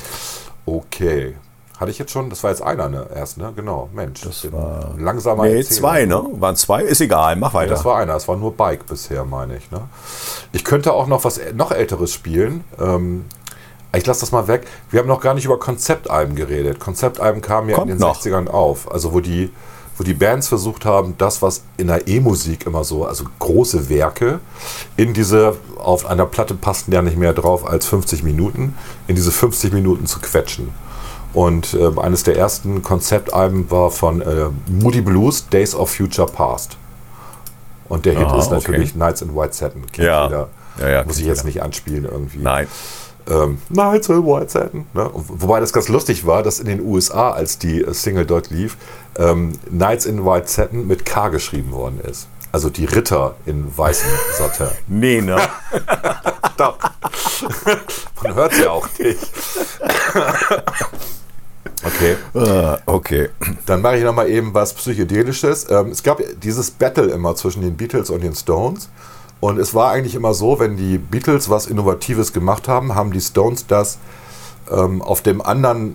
Okay. Hatte ich jetzt schon, das war jetzt einer, ne? Erst, ne? Genau, Mensch. Das war langsamer. Nee, 2, ne? Waren 2, ist egal, mach weiter. Nee, das war einer, das war nur Bike bisher, meine ich. Ne? Ich könnte auch noch was noch Älteres spielen. Ich lasse das mal weg. Wir haben noch gar nicht über Konzeptalben geredet. Konzeptalben kamen ja in den 60ern auf. Also wo die Bands versucht haben, das, was in der E-Musik immer so, also große Werke, auf einer Platte passten ja nicht mehr drauf als 50 Minuten, in diese 50 Minuten zu quetschen. Und eines der ersten Konzeptalben war von Moody Blues, Days of Future Past. Und der Hit ist natürlich Nights in White Satin. Muss ich jetzt nicht anspielen irgendwie. Nein. Nights in White Satin. Ne? Wobei das ganz lustig war, dass in den USA, als die Single dort lief, Nights in White Satin mit K geschrieben worden ist. Also die Ritter in weißem Satin. Nee, ne? Doch. Man hört es ja auch nicht. Okay. Dann mache ich nochmal eben was Psychedelisches. Es gab dieses Battle immer zwischen den Beatles und den Stones. Und es war eigentlich immer so, wenn die Beatles was Innovatives gemacht haben, haben die Stones das auf der anderen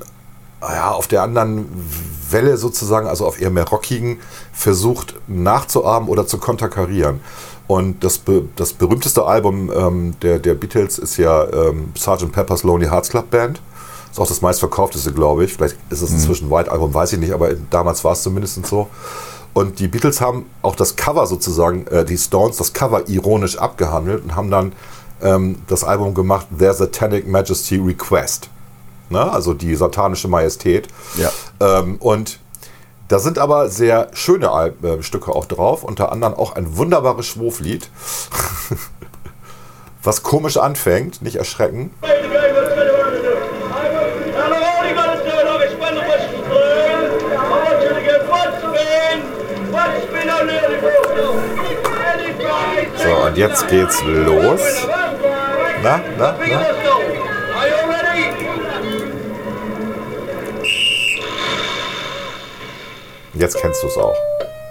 Welle sozusagen, also auf ihrem mehr rockigen, versucht nachzuahmen oder zu konterkarieren. Und das berühmteste Album der Beatles ist ja Sgt. Pepper's Lonely Hearts Club Band. Ist auch das meistverkaufteste, glaube ich. Vielleicht ist es inzwischen White Album, weiß ich nicht, aber damals war es zumindest so. Und die Beatles haben auch das Cover sozusagen, die Stones, das Cover ironisch abgehandelt und haben dann das Album gemacht, Their Satanic Majesty Request. ne? Also die satanische Majestät. Ja. Und da sind aber sehr schöne Stücke auch drauf, unter anderem auch ein wunderbares Schwoflied, was komisch anfängt, nicht erschrecken. So, und jetzt geht's los. Na? Jetzt kennst du es auch.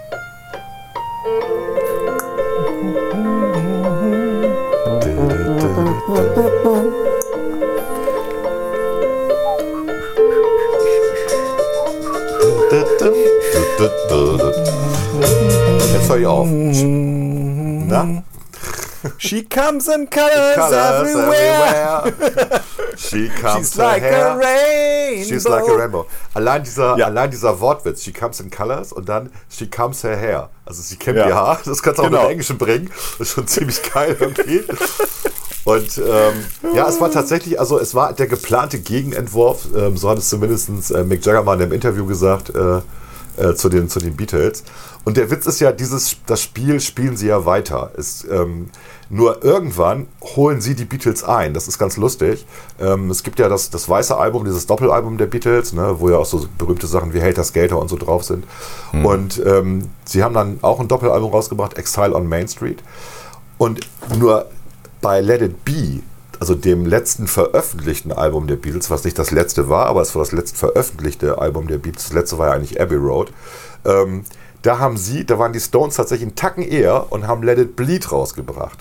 Jetzt hör ich auf. Na? She comes in colors everywhere. She comes She's like a rainbow. She's like a rainbow. Allein dieser Wortwitz, she comes in colors und dann she comes her hair. Also sie kämmt ihr Haar. Das kannst du auch mit Englischen bringen. Das ist schon ziemlich geil irgendwie. Und es war tatsächlich, also es war der geplante Gegenentwurf, so hat es zumindest Mick Jagger mal in einem Interview gesagt, zu den Beatles. Und der Witz ist ja, das Spiel spielen sie ja weiter. Nur irgendwann holen sie die Beatles ein. Das ist ganz lustig. Es gibt ja das weiße Album, dieses Doppelalbum der Beatles, ne, wo ja auch so berühmte Sachen wie Helter Skelter und so drauf sind. Und sie haben dann auch ein Doppelalbum rausgebracht, Exile on Main Street. Und nur bei Let It Be, also dem letzten veröffentlichten Album der Beatles, was nicht das letzte war, aber es war das letzte veröffentlichte Album der Beatles, das letzte war ja eigentlich Abbey Road, da waren die Stones tatsächlich einen Tacken eher und haben Let It Bleed rausgebracht.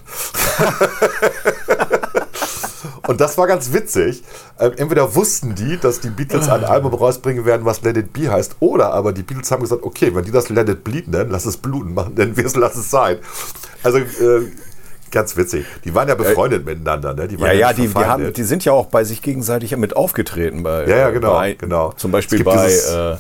Und das war ganz witzig. Entweder wussten die, dass die Beatles ein Album rausbringen werden, was Let It Be heißt, oder aber die Beatles haben gesagt, okay, wenn die das Let It Bleed nennen, lass es bluten machen, nennen wir es, lass es sein. Also ganz witzig. Die waren ja befreundet miteinander. Ne? Die sind ja auch bei sich gegenseitig mit aufgetreten. Genau. Zum Beispiel bei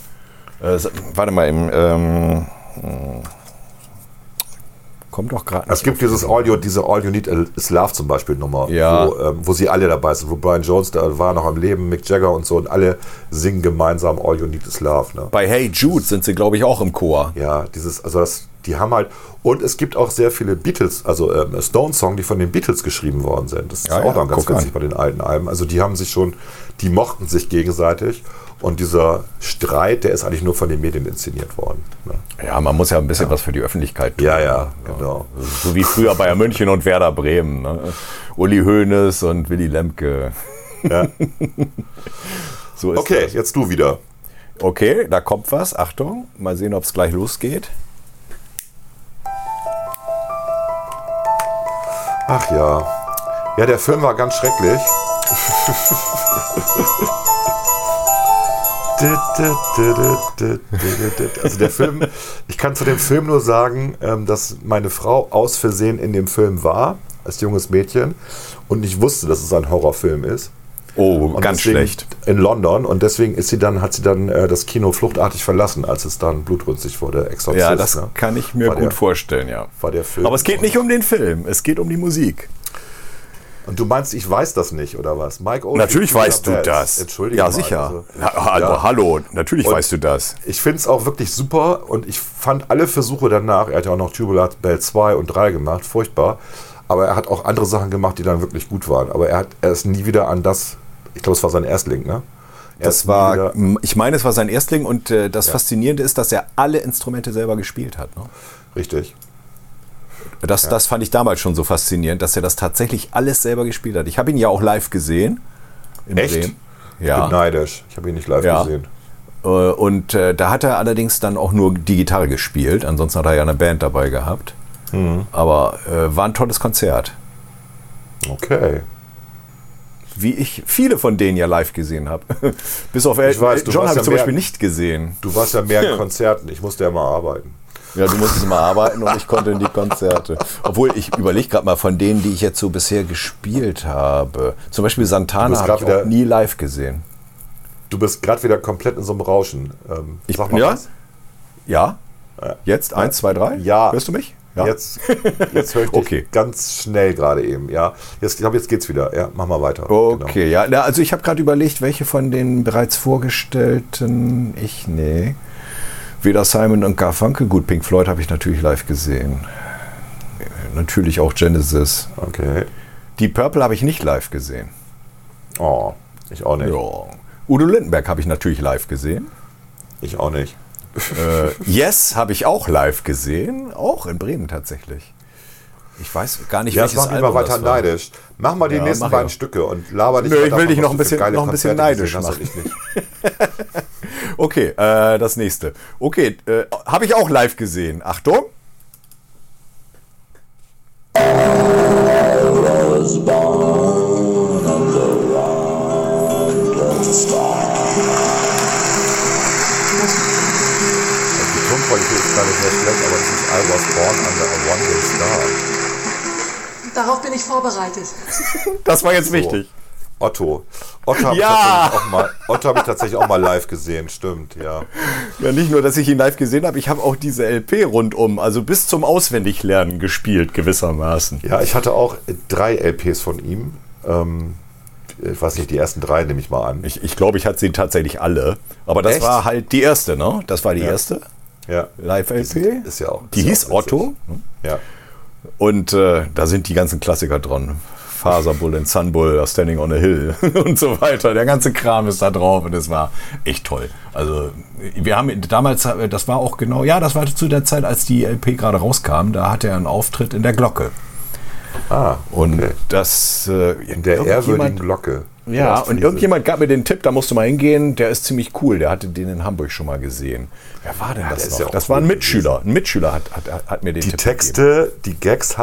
kommt doch gerade. Es gibt diese All You Need Is Love zum Beispiel Nummer, wo sie alle dabei sind, wo Brian Jones da war noch am Leben, Mick Jagger und so, und alle singen gemeinsam All You Need Is Love. Ne? Bei Hey Jude sind sie, glaube ich, auch im Chor. Ja, die haben halt, und es gibt auch sehr viele Beatles, also Stones-Songs, die von den Beatles geschrieben worden sind. Das ist auch dann ganz witzig bei den alten Alben. Also die mochten sich gegenseitig. Und dieser Streit, der ist eigentlich nur von den Medien inszeniert worden. Ne? Ja, man muss ja ein bisschen was für die Öffentlichkeit tun. Ja, genau. So wie früher Bayern München und Werder Bremen. Ne? Uli Hoeneß und Willy Lemke. Ja. So ist okay, das. Jetzt du wieder. Okay, da kommt was. Achtung, mal sehen, ob es gleich losgeht. Ach ja. Ja, der Film war ganz schrecklich. Also der Film, ich kann zu dem Film nur sagen, dass meine Frau aus Versehen in dem Film war, als junges Mädchen, und ich wusste, dass es ein Horrorfilm ist. Oh, und ganz schlecht. In London, und deswegen hat sie dann das Kino fluchtartig verlassen, als es dann blutrünstig wurde. Exorzist, ja, das kann ich mir gut vorstellen, ja. War der Film. Aber es geht nicht um den Film, es geht um die Musik. Und du meinst, ich weiß das nicht, oder was? Mike Oldfield, natürlich weißt du das. Entschuldige. Ja, sicher. Hallo, natürlich weißt du das. Ich finde es auch wirklich super, und ich fand alle Versuche danach, er hat ja auch noch Tubular Bell 2 und 3 gemacht, furchtbar, aber er hat auch andere Sachen gemacht, die dann wirklich gut waren. Aber er ist nie wieder an das, ich glaube, es war sein Erstling, ne? Ich meine, es war sein Erstling, und das Faszinierende ist, dass er alle Instrumente selber gespielt hat. Ne? Richtig. Das fand ich damals schon so faszinierend, dass er das tatsächlich alles selber gespielt hat. Ich habe ihn ja auch live gesehen. Echt? Bremen. Ja. Ich bin neidisch. Ich habe ihn nicht live gesehen. Und da hat er allerdings dann auch nur die Gitarre gespielt. Ansonsten hat er ja eine Band dabei gehabt. Aber war ein tolles Konzert. Okay. Wie ich viele von denen ja live gesehen habe. Bis auf John habe ich zum Beispiel nicht gesehen. Du warst ja mehr in Konzerten. Ich musste ja mal arbeiten. Ja, du musstest mal arbeiten und ich konnte in die Konzerte. Obwohl, ich überlege gerade mal von denen, die ich jetzt so bisher gespielt habe. Zum Beispiel Santana habe ich auch nie live gesehen. Du bist gerade wieder komplett in so einem Rauschen. Sag mal was. Ja? Jetzt? 1, 2, 3? Ja. Hörst du mich? Ja? Jetzt höre ich dich ganz schnell gerade eben. Ja, ich glaube, jetzt geht's wieder. Ja, mach mal weiter. Okay, genau. Ja. Also ich habe gerade überlegt, welche von den bereits vorgestellten weder Simon und Garfunkel. Gut, Pink Floyd habe ich natürlich live gesehen. Natürlich auch Genesis. Okay. Deep Purple habe ich nicht live gesehen. Oh, ich auch nicht. Ja. Udo Lindenberg habe ich natürlich live gesehen. Ich auch nicht. Yes habe ich auch live gesehen. Auch in Bremen tatsächlich. Ich weiß gar nicht, welches Album das war. Ja, mach mich mal weiter neidisch. Mach mal die nächsten beiden Stücke und laber nicht. Nö, ich will dich noch ein bisschen neidisch machen. Okay, das nächste. Okay, habe ich auch live gesehen. Achtung. Die Tonqualität ist gerade sehr schlecht, aber das ist I Was Born Under a One-Day Star. Darauf bin ich vorbereitet. Das war jetzt wichtig. Otto habe ich tatsächlich auch mal live gesehen, stimmt, ja. Ja, nicht nur, dass ich ihn live gesehen habe, ich habe auch diese LP rundum, also bis zum Auswendiglernen gespielt, gewissermaßen. Ja, ich hatte auch 3 LPs von ihm. Ich weiß nicht, die ersten 3 nehme ich mal an. Ich glaube, ich hatte sie tatsächlich alle. Aber das war halt die erste, ne? Das war die erste. Ja. Live-LP. Ist ja auch. Die hieß Otto. Ja. Und da sind die ganzen Klassiker dran. Faserbull and Sunbull, Standing on a Hill und so weiter. Der ganze Kram ist da drauf und es war echt toll. Also wir haben damals, das war auch genau, das war zu der Zeit, als die LP gerade rauskam, da hatte er einen Auftritt in der Glocke. Okay. Und das in der ehrwürdigen Glocke. Ja, und irgendjemand gab mir den Tipp, da musst du mal hingehen, der ist ziemlich cool, der hatte den in Hamburg schon mal gesehen. Wer war denn das noch? Ja, das war ein Mitschüler. Ein Mitschüler hat mir den Tipp gegeben. Die Texte, die Gags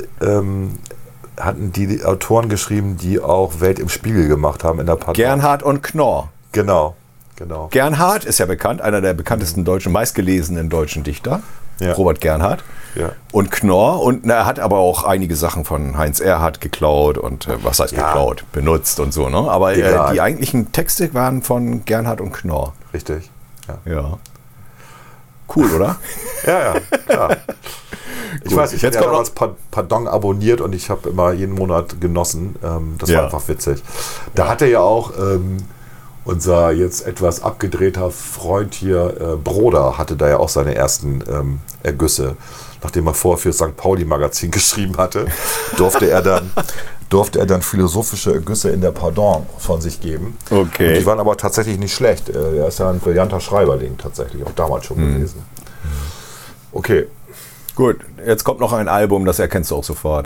hatten die Autoren geschrieben, die auch Welt im Spiegel gemacht haben in der Partei. Gernhardt und Knorr. Genau. Gernhardt ist ja bekannt, einer der bekanntesten deutschen, meistgelesenen deutschen Dichter. Ja. Robert Gernhardt. Ja. Und Knorr. Und er hat aber auch einige Sachen von Heinz Erhardt geklaut und was heißt geklaut? Benutzt und so. Ne? Aber die eigentlichen Texte waren von Gernhardt und Knorr. Richtig. Ja. Cool, oder? Ja, klar. Ich weiß, ich habe damals Pardon abonniert und ich habe immer jeden Monat genossen. Das war einfach witzig. Da hatte ja auch unser jetzt etwas abgedrehter Freund hier, Broder, hatte da ja auch seine ersten Ergüsse. Nachdem er vorher für St. Pauli Magazin geschrieben hatte, durfte er dann philosophische Ergüsse in der Pardon von sich geben. Okay. Und die waren aber tatsächlich nicht schlecht. Er ist ja ein brillanter Schreiberling tatsächlich, auch damals schon gewesen. Okay. Gut, jetzt kommt noch ein Album, das erkennst du auch sofort.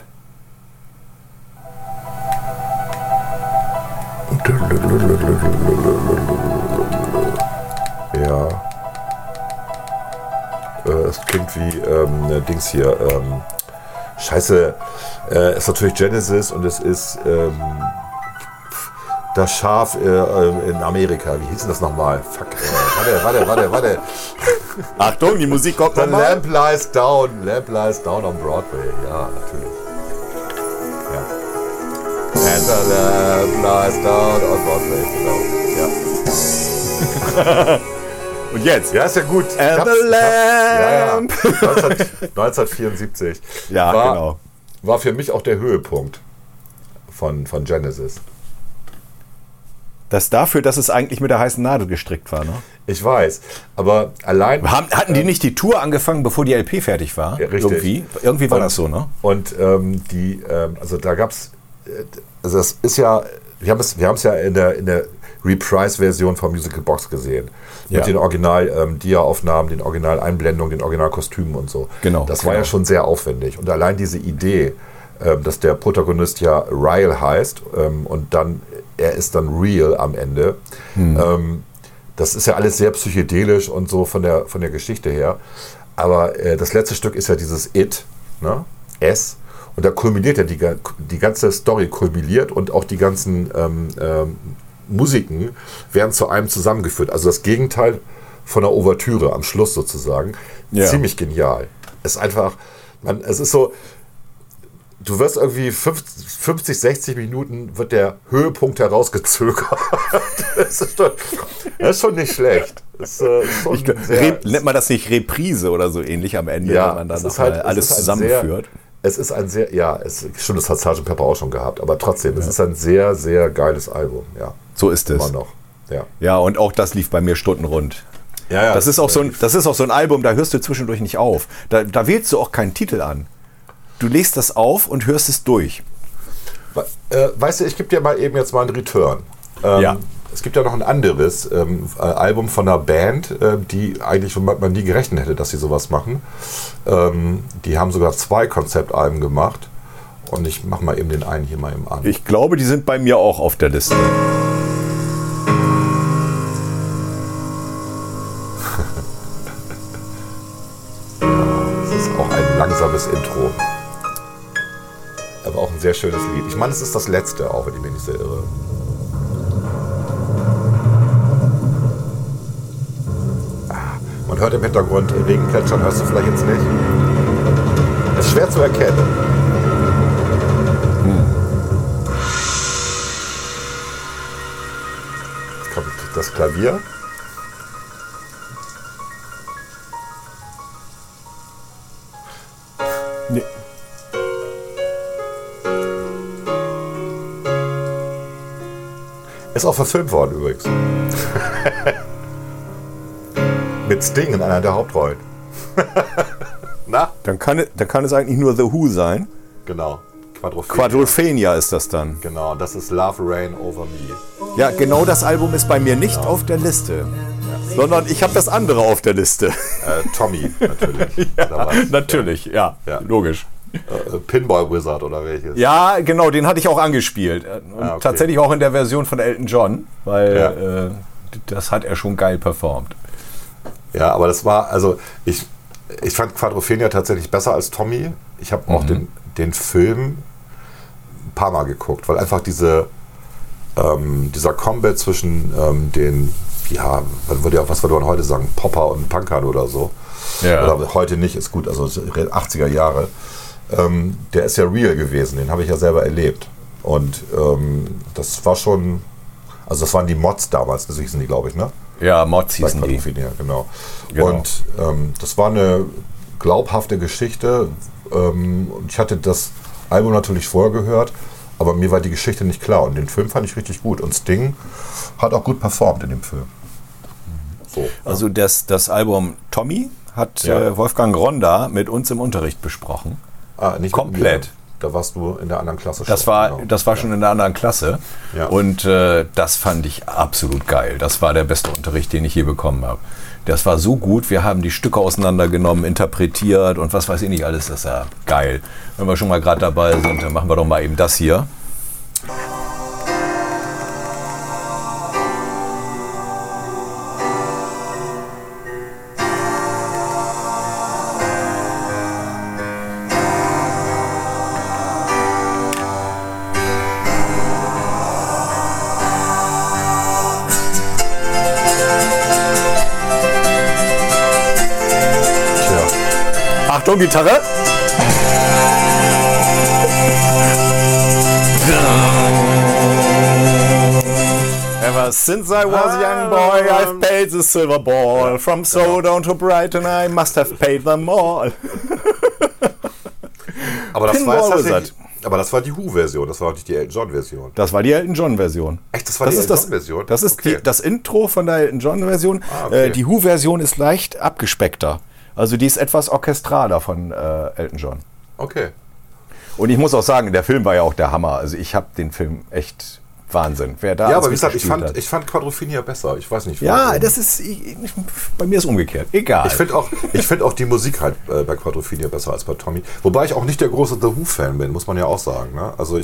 Ja. Es klingt wie Dings hier. Scheiße. Ist natürlich Genesis und es ist das Schaf in Amerika. Wie hieß denn das nochmal? Fuck. Warte. Achtung, die Musik kommt nochmal. Lamp Lies Down on Broadway. Ja, natürlich. Ja. And the lamp lies down on Broadway. Genau. Ja. Und jetzt? Ja, ist ja gut. And the lamp. 1974. Ja, genau. War für mich auch der Höhepunkt von Genesis. Das dafür, dass es eigentlich mit der heißen Nadel gestrickt war, ne? Ich weiß, aber allein... Hatten die nicht die Tour angefangen, bevor die LP fertig war? Ja, richtig. Irgendwie war das so, ne? Und also da gab es... Also das ist ja... Wir haben es ja in der Reprise-Version von Musical Box gesehen. Mit den Original-Dia-Aufnahmen, den Original-Einblendungen, den Original-Kostümen und so. Genau. Das war ja schon sehr aufwendig. Und allein diese Idee, dass der Protagonist ja Ryle heißt und dann er ist dann Real am Ende. Das ist ja alles sehr psychedelisch und so von der Geschichte her. Aber das letzte Stück ist ja dieses It, ne? S. Und da kulminiert ja die ganze Story kulminiert und auch die ganzen Musiken werden zu einem zusammengeführt. Also das Gegenteil von der Ouvertüre am Schluss sozusagen. Ja. Ziemlich genial. Es ist einfach, es ist so, du wirst irgendwie 50, 60 Minuten wird der Höhepunkt herausgezögert. Das ist schon nicht schlecht. Nennt man das nicht Reprise oder so ähnlich am Ende, wenn man dann alles zusammenführt? Es ist ein sehr, stimmt, das hat Sgt. Pepper auch schon gehabt, aber trotzdem, es ist ein sehr, sehr geiles Album, ja. So ist es. Immer noch, ja. Ja, und auch das lief bei mir stundenrund. Ja, das ist auch so ein Album, da hörst du zwischendurch nicht auf. Da wählst du auch keinen Titel an. Du legst das auf und hörst es durch. Weißt du, ich gebe dir mal eben jetzt mal einen Return. Es gibt ja noch ein anderes Album von einer Band, die eigentlich man nie gerechnet hätte, dass sie sowas machen. Die haben sogar 2 Konzeptalben gemacht. Und ich mache mal eben den einen hier mal eben an. Ich glaube, die sind bei mir auch auf der Liste. Das ist auch ein langsames Intro. Aber auch ein sehr schönes Lied. Ich meine, es ist das letzte, auch wenn ich mich nicht sehr irre. Man hört im Hintergrund Regen plätschern, hörst du vielleicht jetzt nicht? Es ist schwer zu erkennen. Jetzt kommt das Klavier. Nee. Ist auch verfilmt worden übrigens. Mit Sting in einer der Hauptrollen. Na? Dann kann es eigentlich nur The Who sein. Genau. Quadrophenia ist das dann. Genau, das ist Love Rain Over Me. Ja, genau das Album ist bei mir nicht auf der Liste. Sondern ich habe das andere auf der Liste. Tommy, natürlich. Natürlich, ja, logisch. Pinball Wizard oder welches? Ja, genau, den hatte ich auch angespielt. Und tatsächlich auch in der Version von Elton John, weil das hat er schon geil performt. Ja, aber das war, also ich fand Quadrophenia tatsächlich besser als Tommy. Ich habe auch den Film ein paar Mal geguckt, weil einfach dieser Combat zwischen den, was würde man heute sagen, Popper und Punkern oder so. Ja. Oder heute nicht, ist gut, also 80er Jahre. Der ist ja real gewesen, den habe ich ja selber erlebt. Und das war schon, also das waren die Mods damals, das hießen die, glaube ich, ne? Ja, Mods hießen die. Genau. Und das war eine glaubhafte Geschichte. Und ich hatte das Album natürlich vorher gehört, aber mir war die Geschichte nicht klar. Und den Film fand ich richtig gut. Und Sting hat auch gut performt in dem Film. So, also das Album Tommy hat Wolfgang Ronda mit uns im Unterricht besprochen. Nicht komplett. Da warst du in der anderen Klasse schon. Das war schon in der anderen Klasse. Ja. Und das fand ich absolut geil. Das war der beste Unterricht, den ich je bekommen habe. Das war so gut. Wir haben die Stücke auseinandergenommen, interpretiert und was weiß ich nicht alles. Das ist ja geil. Wenn wir schon mal gerade dabei sind, dann machen wir doch mal eben das hier. Achtung, Gitarre. Ever since I was a young boy, I've paid the silver ball. From Soda to Brighton, I must have paid them all. Aber das war die Who-Version, das war nicht die Elton John-Version. Das war die Elton John-Version. Echt, das war die Elton John-Version? Das ist das Intro von der Elton John-Version. Okay. Die Who-Version ist leicht abgespeckter. Also die ist etwas orchestraler von Elton John. Okay. Und ich muss auch sagen, der Film war ja auch der Hammer. Also ich habe den Film echt Wahnsinn. Wer da aber wie gesagt, ich fand Quadrophenia besser. Ich weiß nicht. Ja, das ist bei mir ist umgekehrt. Egal. Ich find auch die Musik halt bei Quadrophenia besser als bei Tommy. Wobei ich auch nicht der große The Who-Fan bin, muss man ja auch sagen. Ne? Also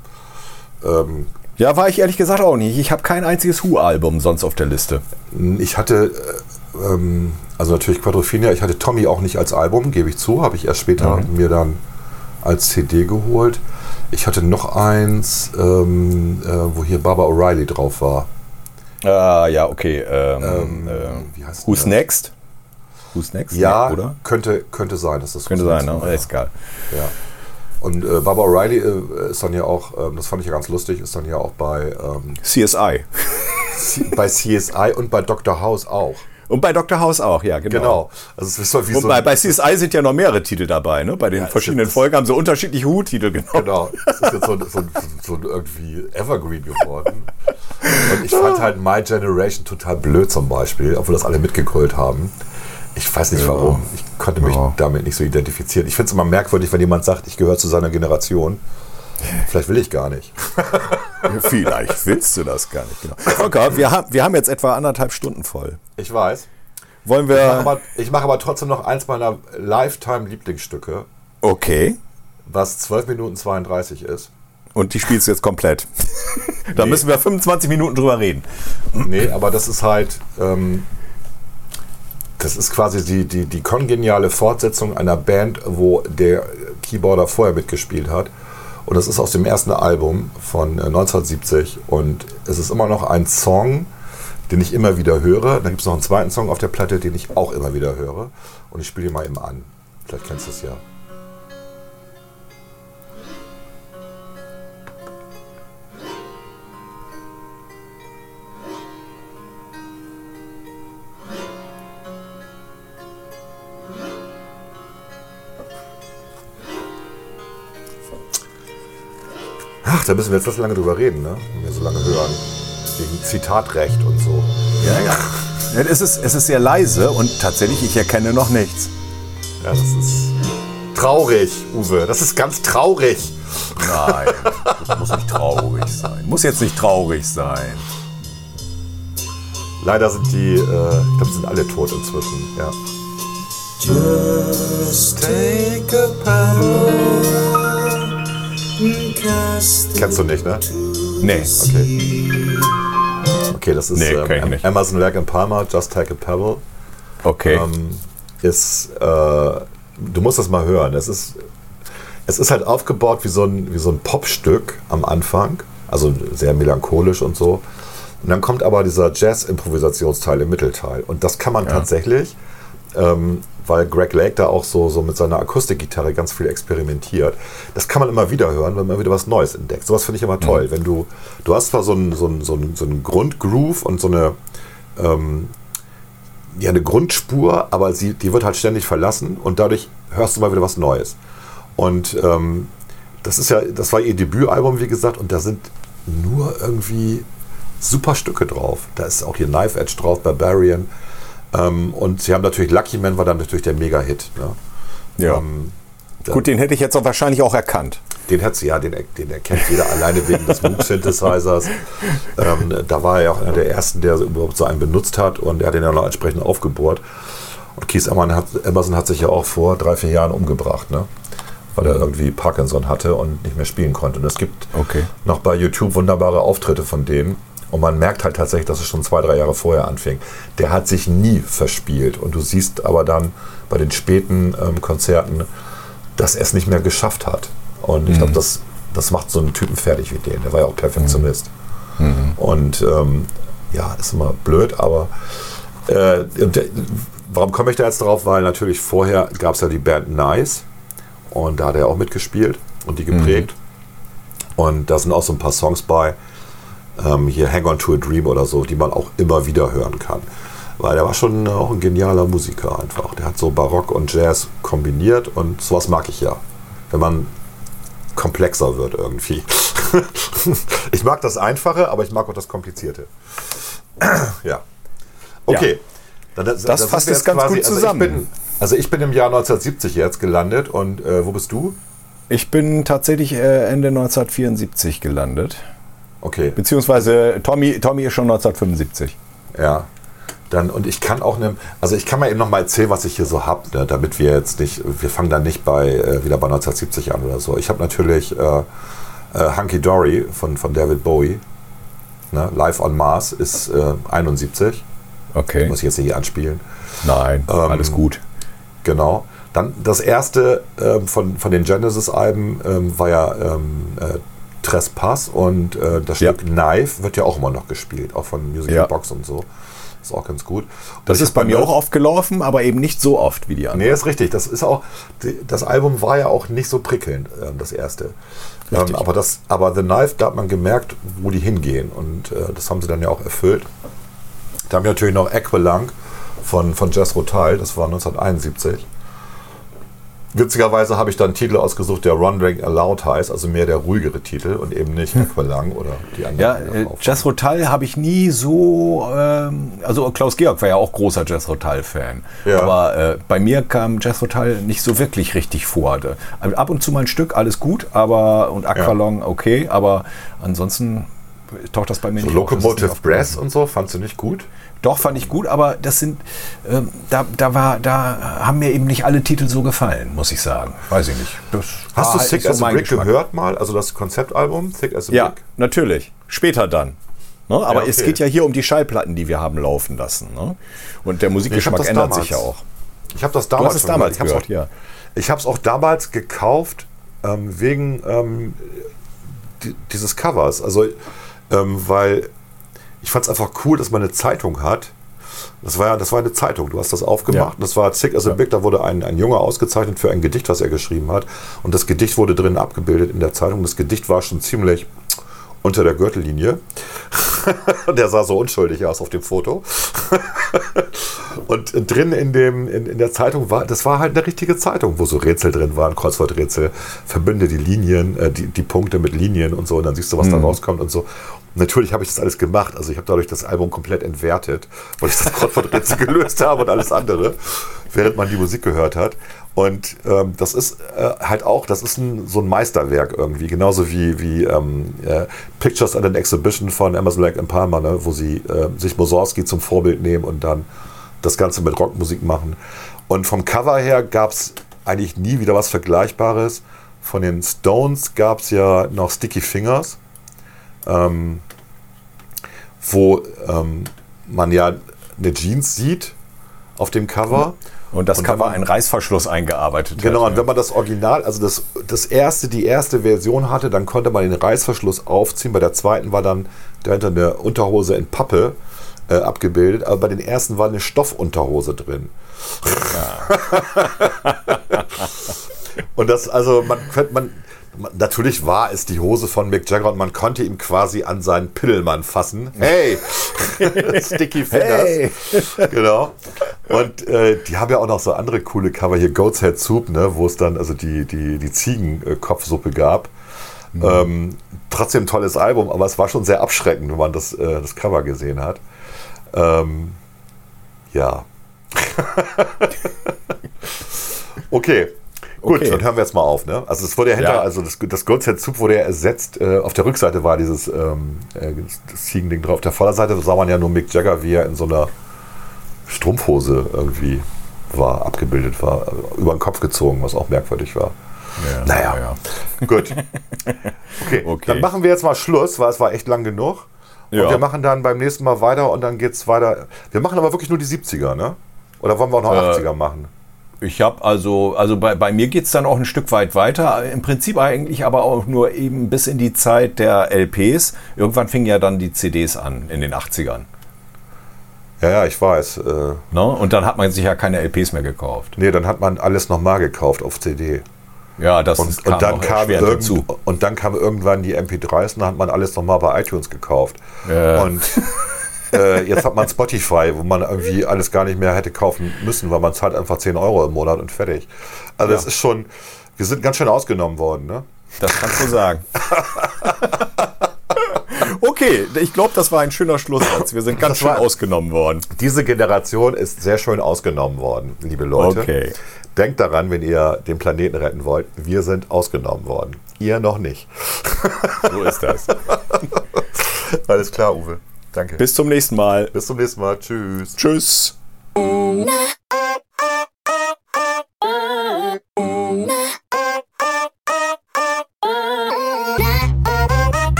ja, war ich ehrlich gesagt auch nicht. Ich habe kein einziges Who-Album sonst auf der Liste. Ich hatte also natürlich Quadrophenia, ich hatte Tommy auch nicht als Album, gebe ich zu, habe ich erst später mir dann als CD geholt. Ich hatte noch eins, wo hier Barbara O'Reilly drauf war. Ja, okay. Wie heißt Who's Next? Who's Next? Ja, nee, oder? Könnte sein, dass das könnte sein, ne? Ist egal. Ja. Und Barbara O'Reilly ist dann ja auch, das fand ich ja ganz lustig, ist dann ja auch bei CSI. Bei CSI und bei Dr. House auch. Und bei Dr. House auch, ja, genau. Genau. Also es ist so wie und bei CSI sind ja noch mehrere Titel dabei, ne? Bei den verschiedenen Folgen haben sie unterschiedliche Hut-Titel, genau. Genau. Das ist jetzt so irgendwie Evergreen geworden. Und ich fand halt My Generation total blöd zum Beispiel, obwohl das alle mitgegrölt haben. Ich weiß nicht warum. Ich konnte mich damit nicht so identifizieren. Ich finde es immer merkwürdig, wenn jemand sagt, ich gehöre zu seiner Generation. Vielleicht will ich gar nicht. Vielleicht willst du das gar nicht. Genau. Volker, wir haben jetzt etwa 1,5 Stunden voll. Ich weiß. Wollen wir? Ich mache aber trotzdem noch eins meiner Lifetime-Lieblingsstücke. Okay. Was 12 Minuten 32 ist. Und die spielst du jetzt komplett. Da müssen wir 25 Minuten drüber reden. Nee, aber das ist halt... das ist quasi die kongeniale Fortsetzung einer Band, wo der Keyboarder vorher mitgespielt hat. Und das ist aus dem ersten Album von 1970. Und es ist immer noch ein Song, den ich immer wieder höre. Dann gibt es noch einen zweiten Song auf der Platte, den ich auch immer wieder höre. Und ich spiele ihn mal eben an. Vielleicht kennst du es ja. Ach, da müssen wir jetzt so lange drüber reden, ne? Wenn wir so lange hören. Wegen Zitatrecht und so. Ja. Es ist sehr leise und tatsächlich, ich erkenne noch nichts. Ja, das ist traurig, Uwe. Das ist ganz traurig. Nein, das muss nicht traurig sein. Muss jetzt nicht traurig sein. Leider sind die, ich glaube, die sind alle tot inzwischen, ja. Just take a paddle. Kennst du nicht, ne? Nee. Okay, das ist Emerson, Lake and Palmer, Just Take a Pebble. Okay. Du musst das mal hören. Es ist halt aufgebaut wie so ein Popstück am Anfang, also sehr melancholisch und so. Und dann kommt aber dieser Jazz-Improvisationsteil im Mittelteil. Und das kann man tatsächlich, weil Greg Lake da auch so mit seiner Akustikgitarre ganz viel experimentiert. Das kann man immer wieder hören, wenn man wieder was Neues entdeckt. Sowas finde ich immer toll. Wenn du hast zwar so einen Grundgroove und so eine Grundspur, aber die wird halt ständig verlassen und dadurch hörst du mal wieder was Neues. Und das war ihr Debütalbum, wie gesagt, und da sind nur irgendwie super Stücke drauf. Da ist auch hier Knife Edge drauf, Barbarian. Und sie haben natürlich, Lucky Man war dann natürlich der Mega-Hit. Ne? Ja. Gut, den hätte ich jetzt auch wahrscheinlich auch erkannt. Den erkennt jeder alleine wegen des Moog-Synthesizers. Da war er ja auch einer der ersten, der überhaupt so einen benutzt hat und er hat den ja noch entsprechend aufgebohrt. Und Keith Emerson hat sich ja auch vor 3-4 Jahren umgebracht, ne? Weil er irgendwie Parkinson hatte und nicht mehr spielen konnte. Und es gibt noch bei YouTube wunderbare Auftritte von denen. Und man merkt halt tatsächlich, dass es schon 2-3 Jahre vorher anfing. Der hat sich nie verspielt. Und du siehst aber dann bei den späten Konzerten, dass er es nicht mehr geschafft hat. Und ich glaube, das macht so einen Typen fertig wie den. Der war ja auch Perfektionist. Und ist immer blöd, aber warum komme ich da jetzt drauf? Weil natürlich vorher gab es ja die Band Nice. Und da hat er auch mitgespielt und die geprägt. Und da sind auch so ein paar Songs bei. Hier Hang On To A Dream oder so, die man auch immer wieder hören kann. Weil der war schon auch ein genialer Musiker einfach. Der hat so Barock und Jazz kombiniert und sowas mag ich ja. Wenn man komplexer wird irgendwie. Ich mag das Einfache, aber ich mag auch das Komplizierte. Ja. Okay. Ja. Das fasst jetzt ganz gut zusammen. Ich bin im Jahr 1970 jetzt gelandet und wo bist du? Ich bin tatsächlich Ende 1974 gelandet. Okay. Beziehungsweise Tommy ist schon 1975. Ja. Und ich kann auch ich kann mal eben noch mal erzählen, was ich hier so habe, ne, damit wir fangen dann nicht wieder bei 1970 an oder so. Ich habe natürlich Hunky Dory von David Bowie, ne, Live on Mars ist 71. Okay. Muss ich jetzt nicht anspielen. Nein, alles gut. Genau. Dann das erste von den Genesis-Alben war ja Trespass und das Stück Knife wird ja auch immer noch gespielt, auch von Musical Box und so. Ist auch ganz gut. Das ist bei mir auch oft gelaufen, aber eben nicht so oft wie die anderen. Nee, ist richtig. Das Album war ja auch nicht so prickelnd, das erste. Aber The Knife, da hat man gemerkt, wo die hingehen und das haben sie dann ja auch erfüllt. Da haben wir natürlich noch Aqualung von Jethro Tull, das war 1971. Witzigerweise habe ich dann einen Titel ausgesucht, der Wandering Aloud heißt, also mehr der ruhigere Titel und eben nicht Aqualung oder die anderen. Ja, Jethro Tull habe ich nie so, also Klaus Georg war ja auch großer Jethro Tull-Fan, aber bei mir kam Jethro Tull nicht so wirklich richtig vor. Ab und zu mal ein Stück, alles gut, und Aqualung okay, aber ansonsten taucht das bei mir so nicht Locomotive Brass und so, fandst du nicht gut? Doch, fand ich gut, aber das sind, da haben mir eben nicht alle Titel so gefallen, muss ich sagen. Weiß ich nicht. Hast du Thick as a Brick gehört mal? Also das Konzeptalbum, Thick as a Brick? Ja, natürlich. Später dann. Ne? Aber es geht ja hier um die Schallplatten, die wir haben laufen lassen. Ne? Und der Musikgeschmack ändert sich ja auch. Ich habe das damals gehört. Ich habe es auch damals gekauft wegen dieses Covers. Also, weil ich fand es einfach cool, dass man eine Zeitung hat. Das war eine Zeitung, du hast das aufgemacht. Ja. Das war Thick as a Brick, da wurde ein Junge ausgezeichnet für ein Gedicht, was er geschrieben hat. Und das Gedicht wurde drin abgebildet in der Zeitung. Das Gedicht war schon ziemlich unter der Gürtellinie. Der sah so unschuldig aus auf dem Foto. Und drin in der Zeitung das war halt eine richtige Zeitung, wo so Rätsel drin waren, Kreuzworträtsel, verbinde die Linien, die Punkte mit Linien und so, und dann siehst du, was da rauskommt und so. Und natürlich habe ich das alles gemacht, also ich habe dadurch das Album komplett entwertet, weil ich das Kreuzworträtsel gelöst habe und alles andere, während man die Musik gehört hat. Und das ist halt auch, das ist so ein Meisterwerk irgendwie, genauso wie Pictures at an Exhibition von Emerson, Lake and Palmer, ne, wo sie sich Mussorgsky zum Vorbild nehmen und dann das Ganze mit Rockmusik machen. Und vom Cover her gab es eigentlich nie wieder was Vergleichbares. Von den Stones gab es ja noch Sticky Fingers, wo man ja eine Jeans sieht auf dem Cover. Und das Cover einen Reißverschluss eingearbeitet hat. Genau, und wenn man das Original, also die erste Version hatte, dann konnte man den Reißverschluss aufziehen. Bei der zweiten war dann dahinter eine Unterhose in Pappe abgebildet, aber bei den ersten war eine Stoffunterhose drin. Ja. Und das, also natürlich war es die Hose von Mick Jagger und man konnte ihm quasi an seinen Piddelmann fassen. Hey! Sticky Fingers. Hey. Genau. Und die haben ja auch noch so andere coole Cover hier, Goat's Head Soup, ne, wo es dann also die Ziegenkopfsuppe gab. Trotzdem ein tolles Album, aber es war schon sehr abschreckend, wenn man das Cover gesehen hat. Ja. Okay. Gut, dann hören wir jetzt mal auf. Ne? Also es wurde ja also das Goat's Head Soup wurde ja ersetzt. Auf der Rückseite war dieses das Ziegending drauf. Auf der Vorderseite sah man ja nur Mick Jagger, wie er in so einer Strumpfhose irgendwie abgebildet war, über den Kopf gezogen, was auch merkwürdig war. Ja, naja, gut. Okay, dann machen wir jetzt mal Schluss, weil es war echt lang genug. Und wir machen dann beim nächsten Mal weiter und dann geht's weiter. Wir machen aber wirklich nur die 70er, ne? Oder wollen wir auch noch 80er machen? Ich habe also bei mir geht es dann auch ein Stück weit weiter. Im Prinzip eigentlich aber auch nur eben bis in die Zeit der LPs. Irgendwann fingen ja dann die CDs an in den 80ern. Ja, ich weiß. No? Und dann hat man sich ja keine LPs mehr gekauft. Nee, dann hat man alles nochmal gekauft auf CD. Ja, das kam dazu. Und dann kam irgendwann die MP3s und dann hat man alles nochmal bei iTunes gekauft. Und jetzt hat man Spotify, wo man irgendwie alles gar nicht mehr hätte kaufen müssen, weil man zahlt einfach 10 € im Monat und fertig. Also das ist schon, wir sind ganz schön ausgenommen worden, ne? Das kannst du sagen. Okay, ich glaube, das war ein schöner Schlusssatz. Wir sind ganz schön ausgenommen worden. Diese Generation ist sehr schön ausgenommen worden, liebe Leute. Okay. Denkt daran, wenn ihr den Planeten retten wollt, wir sind ausgenommen worden. Ihr noch nicht. So ist das. Alles klar, Uwe. Danke. Bis zum nächsten Mal. Bis zum nächsten Mal. Tschüss. Tschüss.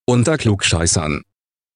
Unter Klugscheißern